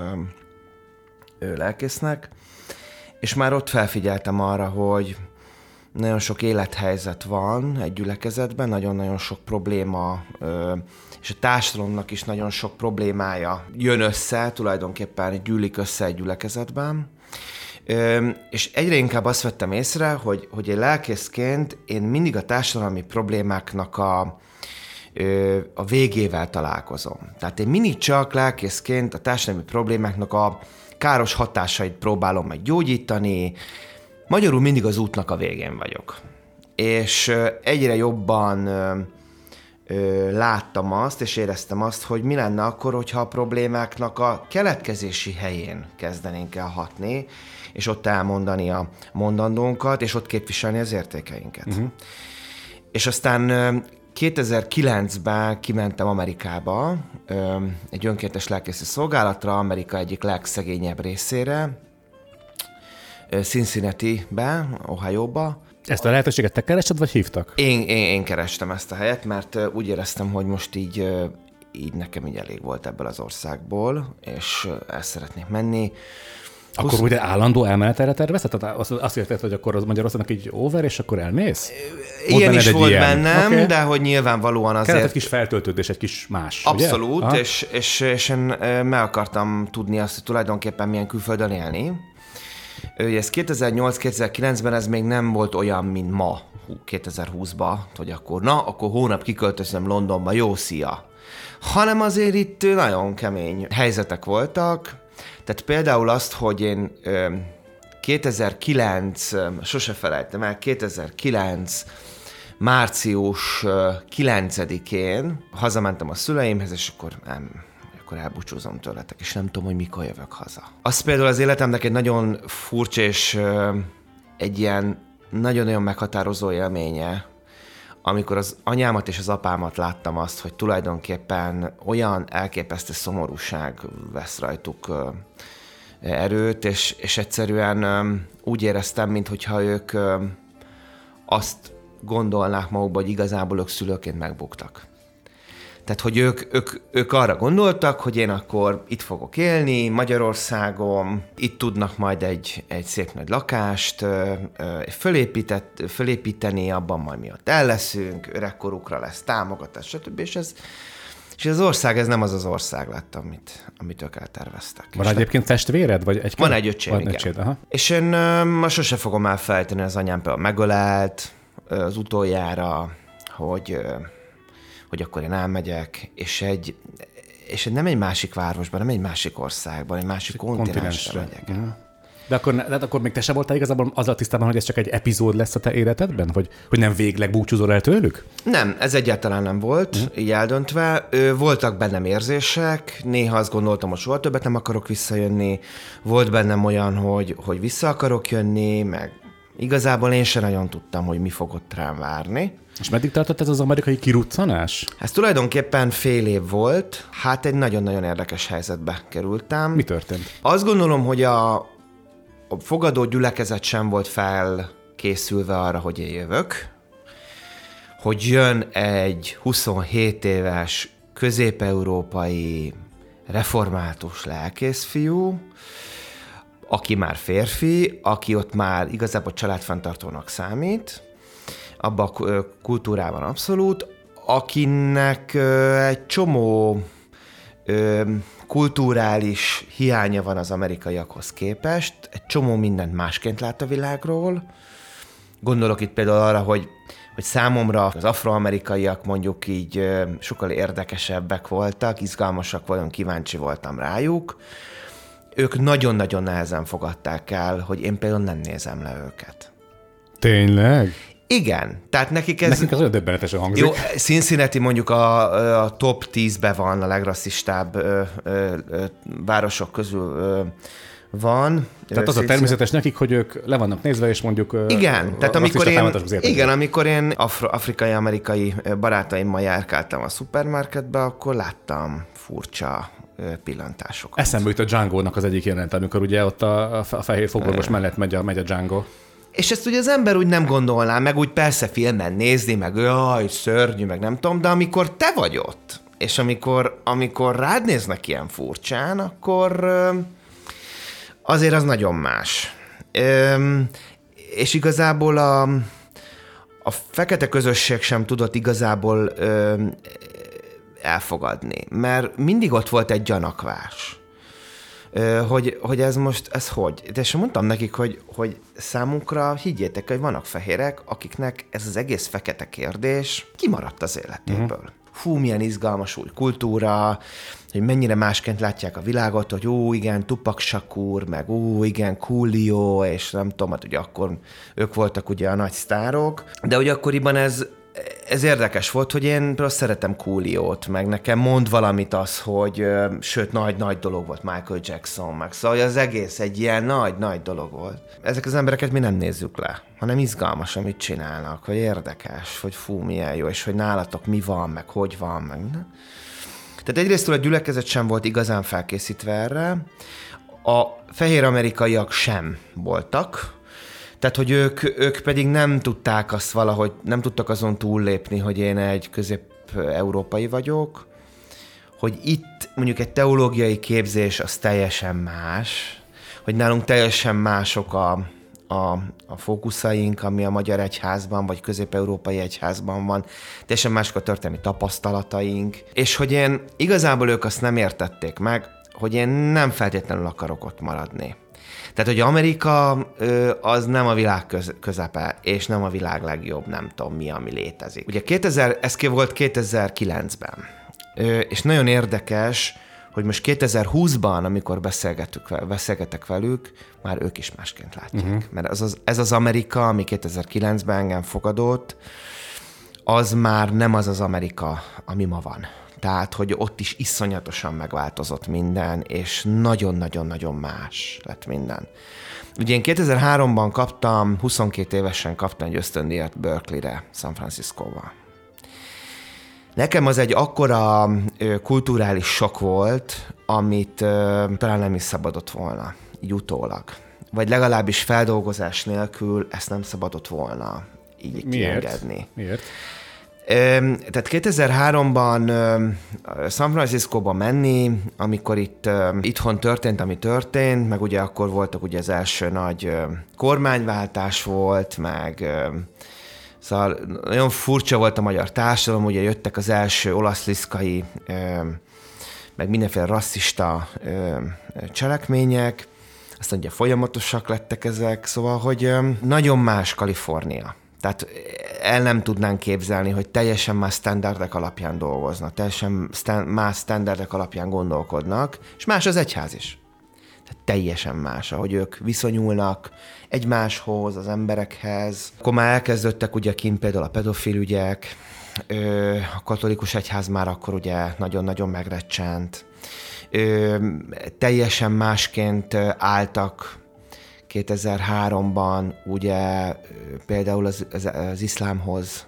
Speaker 4: lelkésznek, és már ott felfigyeltem arra, hogy nagyon sok élethelyzet van egy gyülekezetben, nagyon-nagyon sok probléma, és a társadalomnak is nagyon sok problémája jön össze, tulajdonképpen gyűlik össze egy gyülekezetben. És egyre inkább azt vettem észre, hogy, hogy egy lelkészként én mindig a társadalmi problémáknak a, a végével találkozom. Tehát én mindig csak lelkészként a társadalmi problémáknak a káros hatásait próbálom meg gyógyítani, magyarul mindig az útnak a végén vagyok. És egyre jobban ö, ö, láttam azt, és éreztem azt, hogy mi lenne akkor, hogyha a problémáknak a keletkezési helyén kezdenénk el hatni, és ott elmondani a mondandónkat, és ott képviselni az értékeinket. Uh-huh. És aztán kétezer-kilencben kimentem Amerikába, ö, egy önkéntes lelkészi szolgálatra, Amerika egyik legszegényebb részére, Cincinnati-be, Ohio-ba.
Speaker 2: Ezt a lehetőséget te kerested, vagy hívtak?
Speaker 4: Én, én, én kerestem ezt a helyet, mert úgy éreztem, hogy most így, így nekem így elég volt ebből az országból, és el szeretnék menni.
Speaker 2: Akkor húsz... ugye állandó elmenetelre tervezted? Tehát azt, azt érted, hogy akkor az Magyarországnak így over, és akkor elmész?
Speaker 4: Ilyen is volt ilyen. bennem, okay. De hogy nyilvánvalóan azért...
Speaker 2: Kellett egy kis feltöltődés, egy kis más,
Speaker 4: Abszolút,
Speaker 2: ugye?
Speaker 4: és, és, és én meg akartam tudni azt, hogy tulajdonképpen milyen külföldön élni. Ez kétezer-nyolc-kétezer-kilencben ez még nem volt olyan, mint ma, kétezer-húszban, hogy akkor na, akkor hónap kiköltözöm Londonba, jó, szia. Hanem azért itt nagyon kemény helyzetek voltak. Tehát például azt, hogy én kétezer-kilenc, sose felejtem el, kétezer-kilenc március kilencedikén hazamentem a szüleimhez, és akkor nem... akkor elbúcsúzom tőletek, és nem tudom, hogy mikor jövök haza. Az például az életemnek egy nagyon furcsa és ö, egy ilyen nagyon-nagyon meghatározó élménye, amikor az anyámat és az apámat láttam azt, hogy tulajdonképpen olyan elképesztő szomorúság vesz rajtuk ö, erőt, és, és egyszerűen ö, úgy éreztem, minthogyha ők ö, azt gondolnák magukba, hogy igazából ők szülőként megbuktak. Tehát, hogy ők, ők, ők arra gondoltak, hogy én akkor itt fogok élni, Magyarországon, itt tudnak majd egy, egy szép nagy lakást fölépíteni, abban majd mi ott el leszünk, öregkorukra lesz támogatás, stb. És ez, és az ország, ez nem az az ország lett, amit, amit ők elterveztek.
Speaker 2: Van egyébként testvéred? Vagy egy
Speaker 4: van egy öcsém, igen. Öcséd, aha. És én ma sose fogom elfelejteni, az anyám például megölelt az utoljára, hogy... hogy akkor én elmegyek, és egy, és nem egy másik városban, nem egy másik országban, egy másik kontinensre megyek. Uh-huh.
Speaker 2: De akkor, de akkor még te sem voltál igazából azzal tisztában, hogy ez csak egy epizód lesz a te életedben? Hogy, hogy nem végleg búcsúzol el tőlük?
Speaker 4: Nem, ez egyáltalán nem volt, mm. így eldöntve. Voltak bennem érzések, néha azt gondoltam, hogy soha többet nem akarok visszajönni. Volt bennem olyan, hogy, hogy vissza akarok jönni, meg igazából én sem nagyon tudtam, hogy mi fog ott rám várni.
Speaker 2: És meddig tartott ez az amerikai kiruccanás?
Speaker 4: Ez tulajdonképpen fél év volt, hát egy nagyon-nagyon érdekes helyzetbe kerültem.
Speaker 2: Mi történt?
Speaker 4: Azt gondolom, hogy a, a fogadó gyülekezet sem volt felkészülve arra, hogy én jövök, hogy jön egy huszonhét éves közép-európai református lelkészfiú, aki már férfi, aki ott már igazából családfenntartónak számít, abban a kultúrában abszolút, akinek egy csomó kulturális hiánya van az amerikaiakhoz képest, egy csomó mindent másként lát a világról. Gondolok itt például arra, hogy, hogy számomra az afroamerikaiak mondjuk így sokkal érdekesebbek voltak, izgalmasak voltam, kíváncsi voltam rájuk. Ők nagyon-nagyon nehezen fogadták el, hogy én például nem nézem le őket.
Speaker 2: Tényleg?
Speaker 4: Igen, tehát nekik ez...
Speaker 2: Nekünk az olyan döbbenetesen hangzik.
Speaker 4: Jó, Cincinnati mondjuk a, a top tízben van, a legrasszistább ö, ö, ö, városok közül ö, van.
Speaker 2: Tehát az a természetes nekik, hogy ők le vannak nézve, és mondjuk
Speaker 4: igen, tehát amikor én, igen, amikor én afro, afrikai-amerikai barátaimmal járkáltam a szupermarketbe, akkor láttam furcsa pillantásokat.
Speaker 2: Eszembe jut a Django-nak az egyik jelent, amikor ugye ott a, a fehér fogorvos mellett megy a, megy a Django.
Speaker 4: És ezt ugye az ember úgy nem gondolná, meg úgy persze filmen nézni, meg jaj, szörnyű, meg nem tudom, de amikor te vagy ott, és amikor, amikor rád néznek ilyen furcsán, akkor azért az nagyon más. És igazából a, a fekete közösség sem tudott igazából elfogadni, mert mindig ott volt egy gyanakvás. Hogy, hogy ez most, ez hogy? De és mondtam nekik, hogy, hogy számunkra higgyétek, hogy vannak fehérek, akiknek ez az egész fekete kérdés kimaradt az életéből. Uh-huh. Fú, milyen izgalmas új kultúra, hogy mennyire másként látják a világot, hogy ó, igen, Tupac Shakur, meg ó, igen, Coolio, és nem tudom, hát ugye akkor ők voltak ugye a nagy sztárok, de hogy akkoriban ez Ez érdekes volt, hogy én például szeretem Cooliót, meg nekem mond valamit az, hogy sőt, nagy-nagy dolog volt Michael Jackson, meg szóval az egész egy ilyen nagy-nagy dolog volt. Ezek az embereket mi nem nézzük le, hanem izgalmas, amit csinálnak, hogy érdekes, hogy fú, milyen jó, és hogy nálatok mi van, meg hogy van, meg ne? Tehát egyrészt a gyülekezet sem volt igazán felkészítve erre, a fehér amerikaiak sem voltak, tehát, hogy ők, ők pedig nem tudták azt valahogy, nem tudtak azon túllépni, hogy én egy közép-európai vagyok, hogy itt mondjuk egy teológiai képzés az teljesen más, hogy nálunk teljesen mások a, a, a fókuszaink, ami a magyar egyházban, vagy közép-európai egyházban van, teljesen mások a történelmi tapasztalataink, és hogy én igazából ők azt nem értették meg, hogy én nem feltétlenül akarok ott maradni. Tehát, hogy Amerika az nem a világ köz, közepe, és nem a világ legjobb, nem tudom mi, ami létezik. Ugye kétezer, ez volt kétezer-kilencben, és nagyon érdekes, hogy most kétezer-húszban, amikor beszélgettük, beszélgetek velük, már ők is másként látják. Uh-huh. Mert ez az, ez az Amerika, ami kétezer-kilencben engem fogadott, az már nem az az Amerika, ami ma van. Tehát, hogy ott is iszonyatosan megváltozott minden, és nagyon-nagyon-nagyon más lett minden. Ugye én kétezer-háromban kaptam, huszonkét évesen kaptam egy ösztöndíjat Berkeley-re, San Franciscóba. Nekem az egy akkora ö, kulturális sok volt, amit ö, talán nem is szabadott volna, így utólag. Vagy legalábbis feldolgozás nélkül ezt nem szabadott volna így kiengedni.
Speaker 2: Miért?
Speaker 4: Tehát kétezer-háromban San Franciscóba menni, amikor itt itthon történt, ami történt, meg ugye akkor voltak ugye az első nagy kormányváltás volt, meg szóval nagyon furcsa volt a magyar társadalom, ugye jöttek az első olaszliszkai, meg mindenféle rasszista cselekmények, aztán ugye folyamatosak lettek ezek, szóval, hogy nagyon más Kalifornia. Tehát el nem tudnánk képzelni, hogy teljesen más sztenderdek alapján dolgoznak, teljesen más sztenderdek alapján gondolkodnak, és más az egyház is. Tehát teljesen más, ahogy ők viszonyulnak egymáshoz, az emberekhez. Akkor már elkezdődtek ugye kint például a pedofil ügyek, a katolikus egyház már akkor ugye nagyon-nagyon megrecsent. Teljesen másként álltak kétezer-háromban ugye például az, az, az iszlámhoz,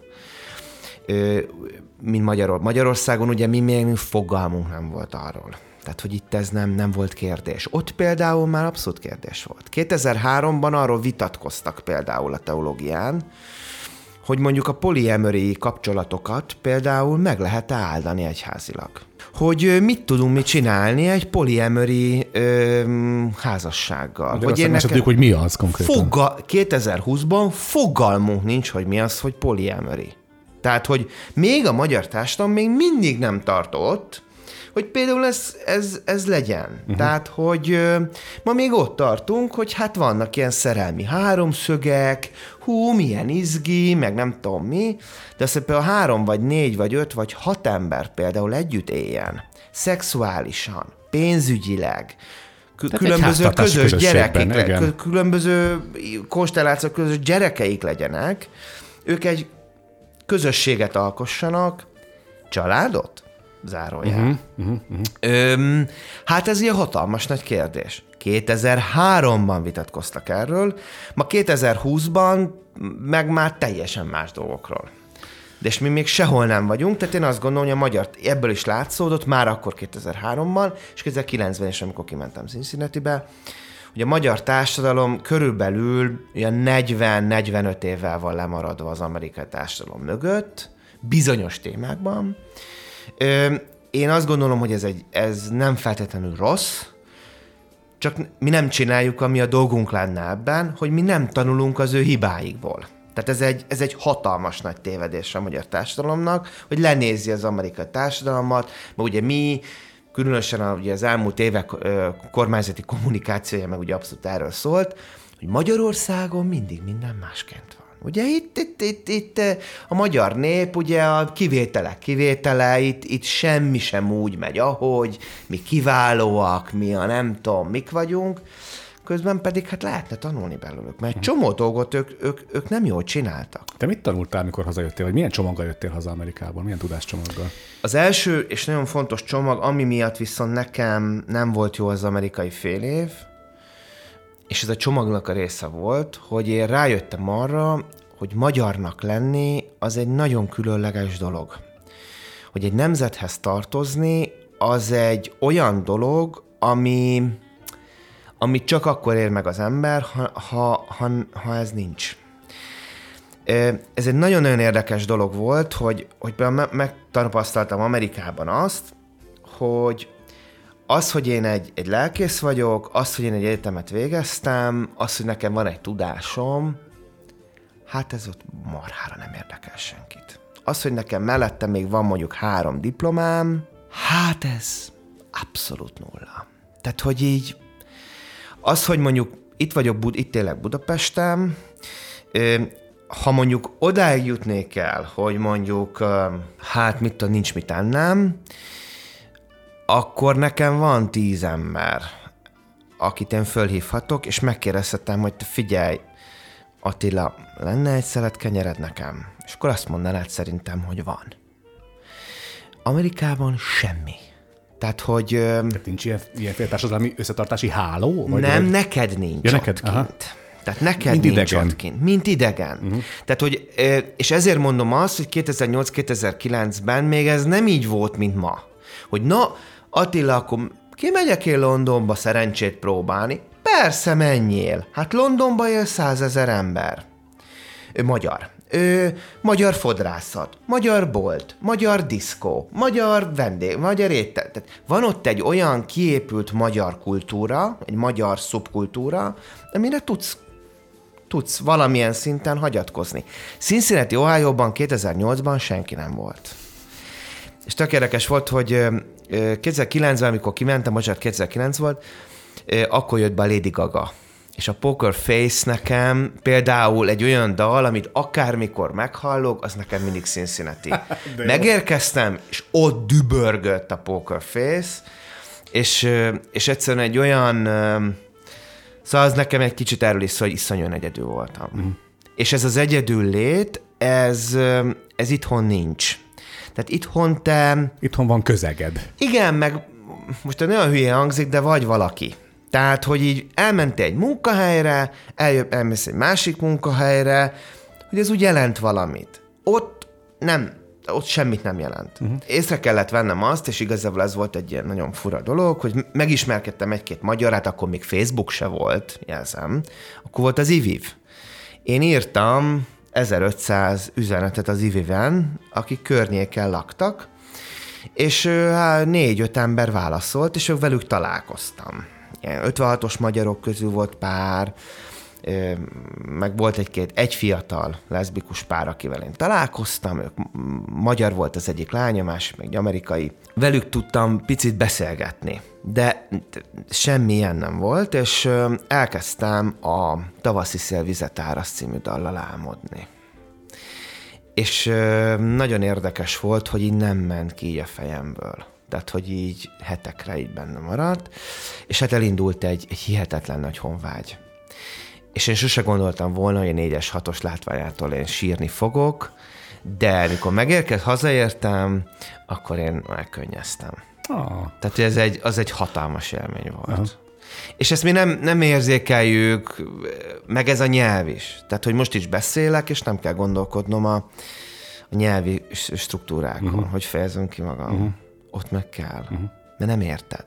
Speaker 4: mint Magyaror. Magyarországon ugye mi még fogalmunk nem volt arról. Tehát, hogy itt ez nem, nem volt kérdés. Ott például már abszolút kérdés volt. kétezer-háromban arról vitatkoztak például a teológián, hogy mondjuk a poliamori kapcsolatokat például meg lehet-e áldani egyházilag. Hogy mit tudunk mi csinálni egy poliamori ö, házassággal.
Speaker 2: De
Speaker 4: hogy
Speaker 2: azt nem tudjuk, hogy mi az konkrétan.
Speaker 4: Foga- kétezer-húszban fogalmunk nincs, hogy mi az, hogy poliamori. Tehát, hogy még a magyar társadalom még mindig nem tartott, hogy például ez, ez, ez legyen. Uh-huh. Tehát, hogy ö, ma még ott tartunk, hogy hát vannak ilyen szerelmi háromszögek, hú, milyen izgi, meg nem tudom mi, de azt, hogy például három, vagy négy, vagy öt, vagy hat ember például együtt éljen, szexuálisan, pénzügyileg, k- különböző közös gyerekeik, le, különböző konstellációk közös gyerekeik legyenek, ők egy közösséget alkossanak, családot, zárójel. Uh-huh, uh-huh, uh-huh. Öm, hát ez ilyen hatalmas nagy kérdés. kétezer-háromban vitatkoztak erről, ma kétezer-húszban meg már teljesen más dolgokról. De és mi még sehol nem vagyunk, tehát én azt gondolom, hogy a magyar ebből is látszódott, már akkor kétezer-háromban, és kétezer-kilencben is, amikor kimentem Cincinnatibe, hogy a magyar társadalom körülbelül olyan negyven-negyvenöt évvel van lemaradva az amerikai társadalom mögött, bizonyos témákban. Én azt gondolom, hogy ez, egy, ez nem feltétlenül rossz, csak mi nem csináljuk, ami a dolgunk lenne ebben, hogy mi nem tanulunk az ő hibáikból. Tehát ez egy, ez egy hatalmas nagy tévedés a magyar társadalomnak, hogy lenézi az amerikai társadalmat, mert ugye mi, különösen a, ugye az elmúlt évek ö, kormányzati kommunikációja meg ugye abszolút erről szólt, hogy Magyarországon mindig minden másként van. Ugye itt, itt, itt, itt a magyar nép, ugye a kivételek kivétele, itt, itt semmi sem úgy megy, ahogy mi kiválóak, mi a nem tudom, mik vagyunk, közben pedig hát lehetne tanulni belőlük, mert egy csomó dolgot ők, ők, ők nem jól csináltak.
Speaker 2: Te mit tanultál, mikor hazajöttél, vagy milyen csomaggal jöttél haza Amerikából, milyen tudáscsomaggal?
Speaker 4: Az első és nagyon fontos csomag, ami miatt viszont nekem nem volt jó az amerikai fél év, és ez a csomagnak a része volt, hogy én rájöttem arra, hogy magyarnak lenni az egy nagyon különleges dolog. Hogy egy nemzethez tartozni, az egy olyan dolog, ami, amit csak akkor ér meg az ember, ha, ha, ha, ha ez nincs. Ez egy nagyon-nagyon érdekes dolog volt, hogy, hogy megtapasztaltam Amerikában azt, hogy az, hogy én egy, egy lelkész vagyok, az, hogy én egy egyetemet végeztem, az, hogy nekem van egy tudásom, hát ez ott marhára nem érdekel senkit. Az, hogy nekem mellette még van mondjuk három diplomám, hát ez abszolút nulla. Tehát, hogy így, az, hogy mondjuk itt vagyok, itt élek Budapesten, ha mondjuk odáig jutnék el, hogy mondjuk, hát mit tudom, nincs mit ennem, akkor nekem van tíz ember, akit én fölhívhatok, és megkérdezhetem, hogy te figyelj, Attila, lenne egy szelet kenyered nekem? És akkor azt mondanád szerintem, hogy van. Amerikában semmi. Tehát, hogy...
Speaker 2: Tehát nincs ilyen, ilyen társadalmi összetartási háló? Vagy
Speaker 4: nem,
Speaker 2: vagy?
Speaker 4: neked nincs
Speaker 2: ja,
Speaker 4: ott
Speaker 2: neked?
Speaker 4: kint.
Speaker 2: Aha.
Speaker 4: Tehát neked
Speaker 2: mint
Speaker 4: nincs
Speaker 2: idegen.
Speaker 4: ott kint. Mint idegen. Uh-huh. Tehát, hogy, és ezért mondom azt, hogy kétezer-nyolc-kétezer-kilencben még ez nem így volt, mint ma. Hogy na, Attila, akkor kimegyek én Londonba szerencsét próbálni? Persze, menjél. Hát Londonba él százezer ember. Ő magyar. Ő, magyar fodrászat, magyar bolt, magyar diszkó, magyar vendég, magyar étel. Tehát van ott egy olyan kiépült magyar kultúra, egy magyar szubkultúra, amire tudsz, tudsz valamilyen szinten hagyatkozni. Cincinnati, Ohioban kétezer-nyolcban senki nem volt. És tök érdekes volt, hogy kétezer-kilencben, amikor kimentem, bocsánat, kétezer-kilenc volt, akkor jött be a Lady Gaga. És a Poker Face nekem például egy olyan dal, amit akármikor meghallok, az nekem mindig Cincinnati. Megérkeztem, és ott dübörgött a Poker Face, És, és egyszerűen egy olyan... Szóval az nekem egy kicsit erről is szól, hogy iszonyúan egyedül voltam. Mm. És ez az egyedül lét, ez, ez itthon nincs. Tehát itthon te...
Speaker 2: Itthon van közeged.
Speaker 4: Igen, meg most nagyon hülye hangzik, de vagy valaki. Tehát, hogy így elmentél egy munkahelyre, eljö, elmész egy másik munkahelyre, hogy ez úgy jelent valamit. Ott nem, ott semmit nem jelent. Uh-huh. Észre kellett vennem azt, és igazából ez volt egy ilyen nagyon fura dolog, hogy megismerkedtem egy-két magyarát, akkor még Facebook se volt, jelzem, akkor volt az i vé i vé. Én írtam ezerötszáz üzenetet az i vé i ven, akik környéken laktak, és hát négy-öt ember válaszolt, és ők velük találkoztam. Ilyen ötvenhatos magyarok közül volt pár, meg volt egy-két, egy fiatal leszbikus pár, akivel én találkoztam, ők magyar volt az egyik lány, a másik meg egy amerikai. Velük tudtam picit beszélgetni, de semmilyen nem volt, és elkezdtem a Tavaszi szél vizet áraszt című dallal álmodni. És nagyon érdekes volt, hogy így nem ment ki így a fejemből. Tehát, hogy így hetekre így benne maradt, és hát elindult egy, egy hihetetlen nagy honvágy. És én sose gondoltam volna, hogy a négyes hatos látványától én sírni fogok, de amikor megérkezett, hazaértem, akkor én megkönnyeztem. Oh. Tehát ez egy, az egy hatalmas élmény volt. Uh-huh. És ezt mi nem, nem érzékeljük, meg ez a nyelv is. Tehát, hogy most is beszélek, és nem kell gondolkodnom a, a nyelvi struktúrákon, uh-huh. hogy fejezem ki magam. Uh-huh. Ott meg kell, uh-huh. de nem érted.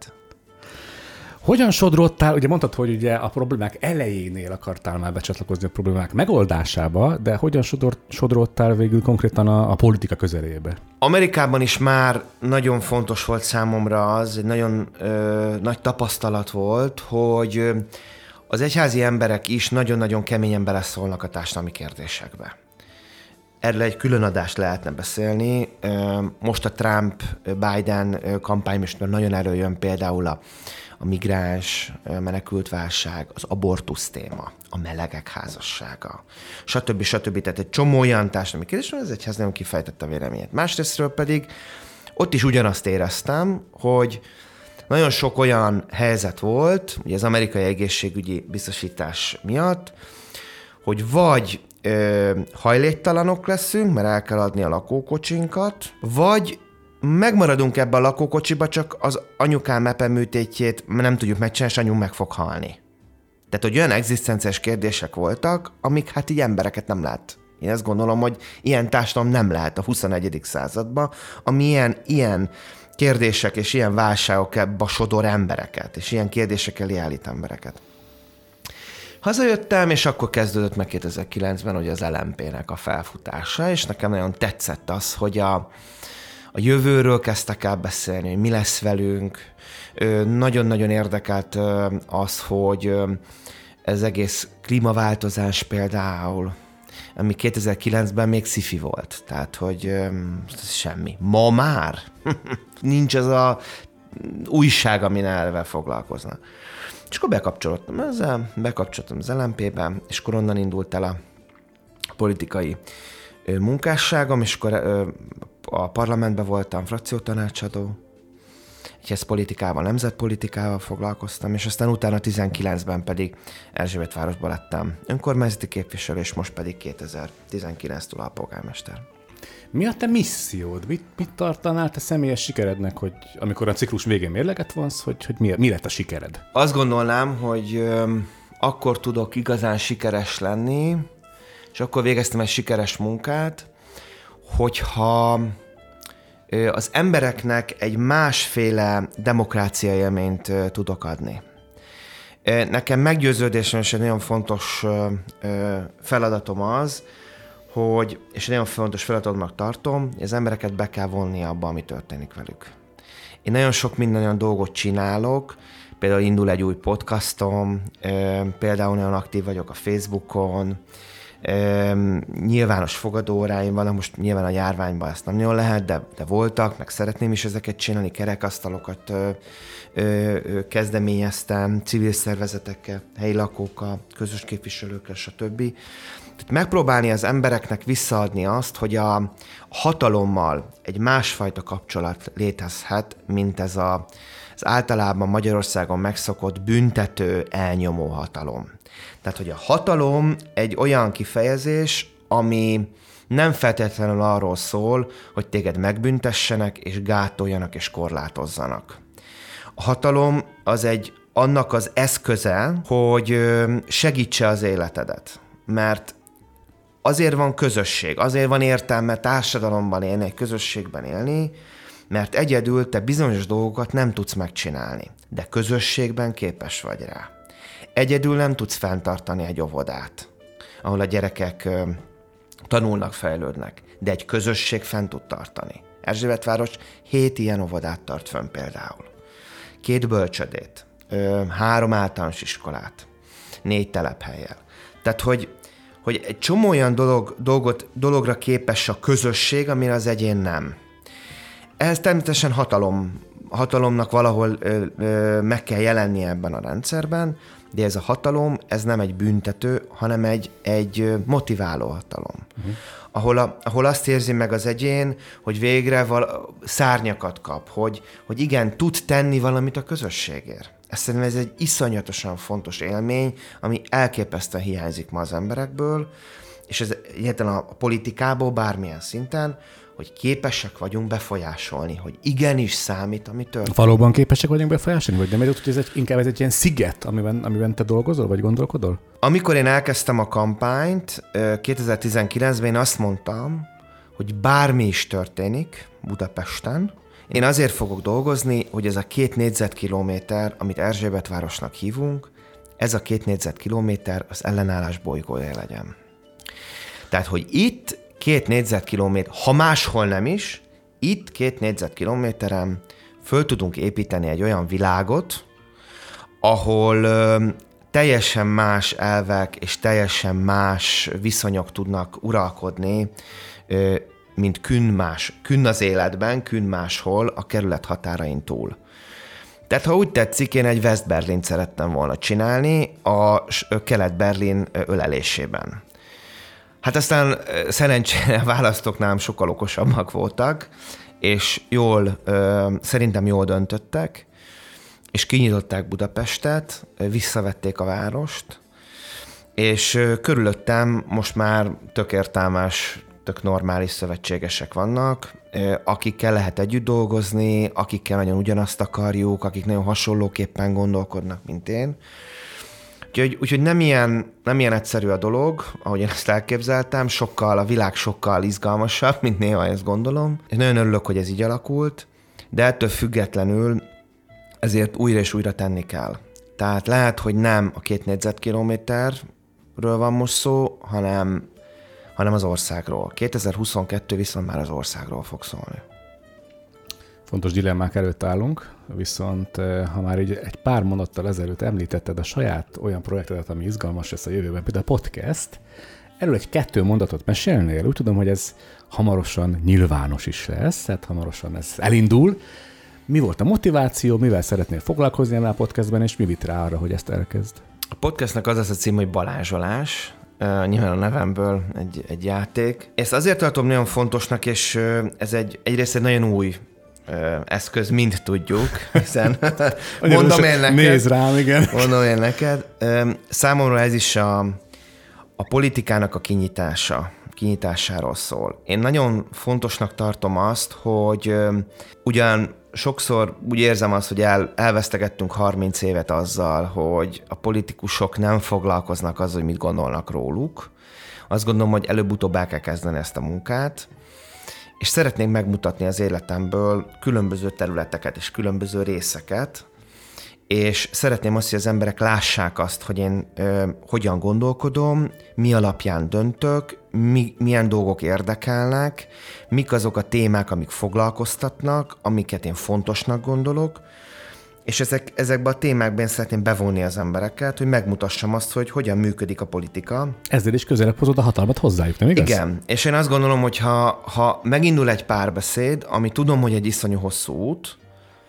Speaker 2: Hogyan sodródtál, ugye mondtad, hogy ugye a problémák elejénél akartál már becsatlakozni a problémák megoldásába, de hogyan sodor, sodródtál végül konkrétan a, a politika közelébe?
Speaker 4: Amerikában is már nagyon fontos volt számomra az, egy nagyon ö, nagy tapasztalat volt, hogy ö, az egyházi emberek is nagyon-nagyon keményen beleszólnak a társadalmi kérdésekbe. Erről egy külön adást lehetne beszélni. Most a Trump-Biden kampány most nagyon előjön például a, a migráns menekültválság, az abortusz téma, a melegek házassága, stb. stb. Tehát egy csomó olyan társadalmi kérdés, ez egyház nagyon kifejtette a véleményét. Másrésztről pedig ott is ugyanazt éreztem, hogy nagyon sok olyan helyzet volt, ugye az amerikai egészségügyi biztosítás miatt, hogy vagy ö, hajléktalanok leszünk, mert el kell adni a lakókocsinkat, vagy megmaradunk ebbe a lakókocsiba, csak az anyukám epeműtétjét nem tudjuk megcsinálni, és anyunk meg fog halni. Tehát, hogy olyan egzisztenciális kérdések voltak, amik hát így embereket nem lehet. Én ezt gondolom, hogy ilyen társadalom nem lehet a huszonegyedik században, ami ilyen, ilyen kérdések és ilyen válságok ebbe sodor embereket, és ilyen kérdések elé állít embereket. Hazajöttem, és akkor kezdődött meg kétezer-kilencben, hogy az el em pé-nek a felfutása, és nekem nagyon tetszett az, hogy a, a jövőről kezdtek el beszélni, hogy mi lesz velünk. Nagyon-nagyon érdekelt az, hogy ez egész klímaváltozás például, ami kétezer-kilencben még sci-fi volt, tehát, hogy semmi. Ma már nincs az a újság, amin elve foglalkozna. És akkor bekapcsolódtam ezzel, bekapcsoltam az el em pé-be, és akkor onnan indult el a politikai munkásságom, és akkor a parlamentben voltam frakciótanácsadó, egyház politikával, nemzetpolitikával foglalkoztam, és aztán utána tizenkilencben pedig Erzsébetvárosban lettem önkormányzati képviselő, és most pedig kétezer-tizenkilenctől alpolgármester.
Speaker 2: Mi a te missziód? Mit, mit tartanál te személyes sikerednek, hogy amikor a ciklus végén mérleget vonsz, hogy, hogy mi, mi lett a sikered?
Speaker 4: Azt gondolnám, hogy ö, akkor tudok igazán sikeres lenni, és akkor végeztem egy sikeres munkát, hogyha ö, az embereknek egy másféle demokrácia élményt ö, tudok adni. Ö, nekem meggyőződésem, és egy nagyon fontos ö, ö, feladatom az, hogy, és nagyon fontos feladatnak tartom, hogy az embereket be kell vonni abba, ami történik velük. Én nagyon sok minden olyan dolgot csinálok, például indul egy új podcastom, például nagyon aktív vagyok a Facebookon, nyilvános fogadóóráim vannak, most nyilván a járványban ezt nem nagyon lehet, de, de voltak, meg szeretném is ezeket csinálni, kerekasztalokat ö, ö, ö, kezdeményeztem, civil szervezetekkel, helyi lakókkal, közös képviselőkkel, stb. Tehát megpróbálni az embereknek visszaadni azt, hogy a hatalommal egy másfajta kapcsolat létezhet, mint ez a, az általában Magyarországon megszokott büntető, elnyomó hatalom. Tehát, hogy a hatalom egy olyan kifejezés, ami nem feltétlenül arról szól, hogy téged megbüntessenek, és gátoljanak, és korlátozzanak. A hatalom az egy annak az eszköze, hogy segítse az életedet. Mert azért van közösség, azért van értelme társadalomban élni, egy közösségben élni, mert egyedül te bizonyos dolgokat nem tudsz megcsinálni, de közösségben képes vagy rá. Egyedül nem tudsz fenntartani egy óvodát, ahol a gyerekek tanulnak, fejlődnek, de egy közösség fent tud tartani. Erzsébetváros hét ilyen óvodát tart fönn például. Két bölcsödét, három általános iskolát, négy telephelyel. Tehát, hogy, hogy egy csomó olyan dolog, dolgot, dologra képes a közösség, amire az egyén nem. Ehhez természetesen hatalom, hatalomnak valahol ö, ö, meg kell jelennie ebben a rendszerben, de ez a hatalom, ez nem egy büntető, hanem egy, egy motiváló hatalom. Uh-huh. Ahol, a, ahol azt érzi meg az egyén, hogy végre val- szárnyakat kap, hogy, hogy igen, tud tenni valamit a közösségért. Ez szerintem ez egy iszonyatosan fontos élmény, ami elképesztően hiányzik ma az emberekből, és ez egyáltalán a politikából bármilyen szinten, hogy képesek vagyunk befolyásolni, hogy igenis számít, ami történik.
Speaker 2: Valóban képesek vagyunk befolyásolni? Vagy nem érted, hogy ez egy, inkább ez egy ilyen sziget, amiben, amiben te dolgozol, vagy gondolkodol?
Speaker 4: Amikor én elkezdtem a kampányt kétezer-tizenkilencben, én azt mondtam, hogy bármi is történik Budapesten, én azért fogok dolgozni, hogy ez a két négyzetkilométer, amit Erzsébetvárosnak hívunk, ez a két négyzetkilométer az ellenállás bolygója legyen. Tehát, hogy itt két négyzetkilométer, ha máshol nem is, itt két négyzetkilométeren föl tudunk építeni egy olyan világot, ahol ö, teljesen más elvek és teljesen más viszonyok tudnak uralkodni, ö, mint künn más, künn az életben, künn máshol a kerület határain túl. Tehát, ha úgy tetszik, én egy West-Berlint szerettem volna csinálni a Kelet-Berlin ölelésében. Hát aztán szerencsére a választók nálam sokkal okosabbak voltak, és jól, szerintem jól döntöttek, és kinyitották Budapestet, visszavették a várost, és körülöttem most már tök értelmes, tök normális szövetségesek vannak, akikkel lehet együtt dolgozni, akikkel nagyon ugyanazt akarjuk, akik nagyon hasonlóképpen gondolkodnak, mint én. Úgyhogy, úgyhogy nem, ilyen, nem ilyen egyszerű a dolog, ahogy én ezt elképzeltem, sokkal, a világ sokkal izgalmasabb, mint néha ezt gondolom. És nagyon örülök, hogy ez így alakult, de ettől függetlenül ezért újra és újra tenni kell. Tehát lehet, hogy nem a két négyzetkilométerről van most szó, hanem, hanem az országról. kétezer-huszonkettő viszont már az országról fog szólni.
Speaker 2: Fontos dilemmák előtt állunk, viszont ha már így egy pár mondattal ezelőtt említetted a saját olyan projektedet, ami izgalmas lesz a jövőben, például a podcast, erről egy kettő mondatot mesélnél? Úgy tudom, hogy ez hamarosan nyilvános is lesz, tehát hamarosan ez elindul. Mi volt a motiváció, mivel szeretnél foglalkozni ennél a podcastben, és mi vitt rá arra, hogy ezt elkezd?
Speaker 4: A podcastnak az az a cím, hogy Balázsolás. Uh, nyilván a nevemből egy, egy játék. Ezt azért tartom nagyon fontosnak, és uh, ez egy, egyrészt egy nagyon új eszköz, mint tudjuk, hiszen mondom én neked.
Speaker 2: Nézd rám, igen.
Speaker 4: Mondom én neked. Számomra ez is a, a politikának a kinyitása, kinyitásáról szól. Én nagyon fontosnak tartom azt, hogy ugyan sokszor úgy érzem azt, hogy el, elvesztegettünk harminc évet azzal, hogy a politikusok nem foglalkoznak azzal, hogy mit gondolnak róluk. Azt gondolom, hogy előbb-utóbb el kell kezdeni ezt a munkát, és szeretnék megmutatni az életemből különböző területeket és különböző részeket, és szeretném azt, hogy az emberek lássák azt, hogy én ö, hogyan gondolkodom, mi alapján döntök, mi, milyen dolgok érdekelnek, mik azok a témák, amik foglalkoztatnak, amiket én fontosnak gondolok, és ezek, ezekben a témákban én szeretném bevonni az embereket, hogy megmutassam azt, hogy hogyan működik a politika.
Speaker 2: Ezzel is közelebb hozod a hatalmat hozzájuk, nem igaz?
Speaker 4: Igen, és én azt gondolom, hogy ha, ha megindul egy párbeszéd, ami tudom, hogy egy iszonyú hosszú út,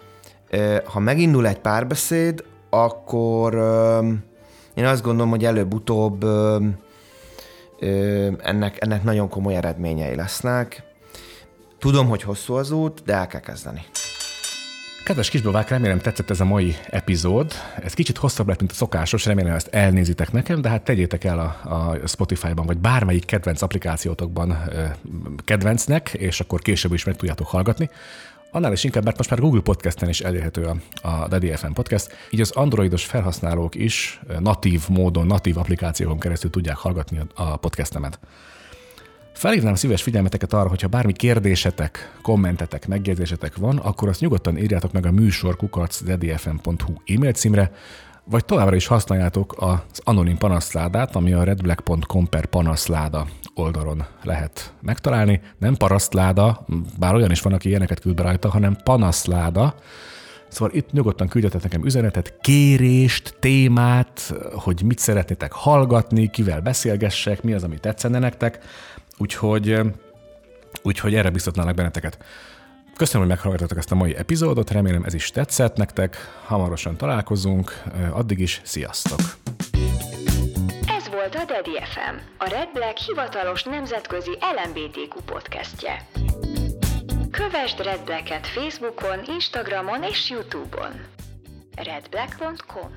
Speaker 4: ha megindul egy párbeszéd, akkor én azt gondolom, hogy előbb-utóbb ennek, ennek nagyon komoly eredményei lesznek. Tudom, hogy hosszú az út, de el kell kezdeni.
Speaker 2: Kedves kisbabák, remélem tetszett ez a mai epizód. Ez kicsit hosszabb lett, mint a szokásos, remélem ezt elnézitek nekem, de hát tegyétek el a, a Spotify-ban, vagy bármelyik kedvenc applikációtokban ö, kedvencnek, és akkor később is meg tudjátok hallgatni. Annál is inkább, mert most már Google Podcasten is elérhető a, a Daddy ef em Podcast, így az androidos felhasználók is natív módon, natív applikációkon keresztül tudják hallgatni a, a podcastemet. Felhívnám szíves figyelmeteket arra, hogyha bármi kérdésetek, kommentetek, megjegyzésetek van, akkor azt nyugodtan írjátok meg a műsor kukac daddy f m pont h u e-mail címre, vagy továbbra is használjátok az anonim panaszládát, ami a redblack pont com per panaszláda oldalon lehet megtalálni. Nem parasztláda, bár olyan is van, aki ilyeneket küld be rajta, hanem panaszláda. Szóval itt nyugodtan küldjetek nekem üzenetet, kérést, témát, hogy mit szeretnétek hallgatni, kivel beszélgessek, mi az, ami tetszene nektek. Úgyhogy, úgyhogy erre biztatnálak benneteket. Köszönöm, hogy meghallgattatok ezt a mai epizódot, remélem ez is tetszett nektek, hamarosan találkozunk, addig is sziasztok!
Speaker 1: Ez volt a Daddy ef em, a Red Black hivatalos nemzetközi el em bé té kú podcastje. Kövesd Red Blacket Facebookon, Instagramon és YouTube-on. redblack pont com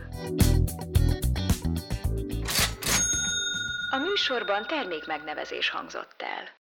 Speaker 1: A műsorban termékmegnevezés hangzott el.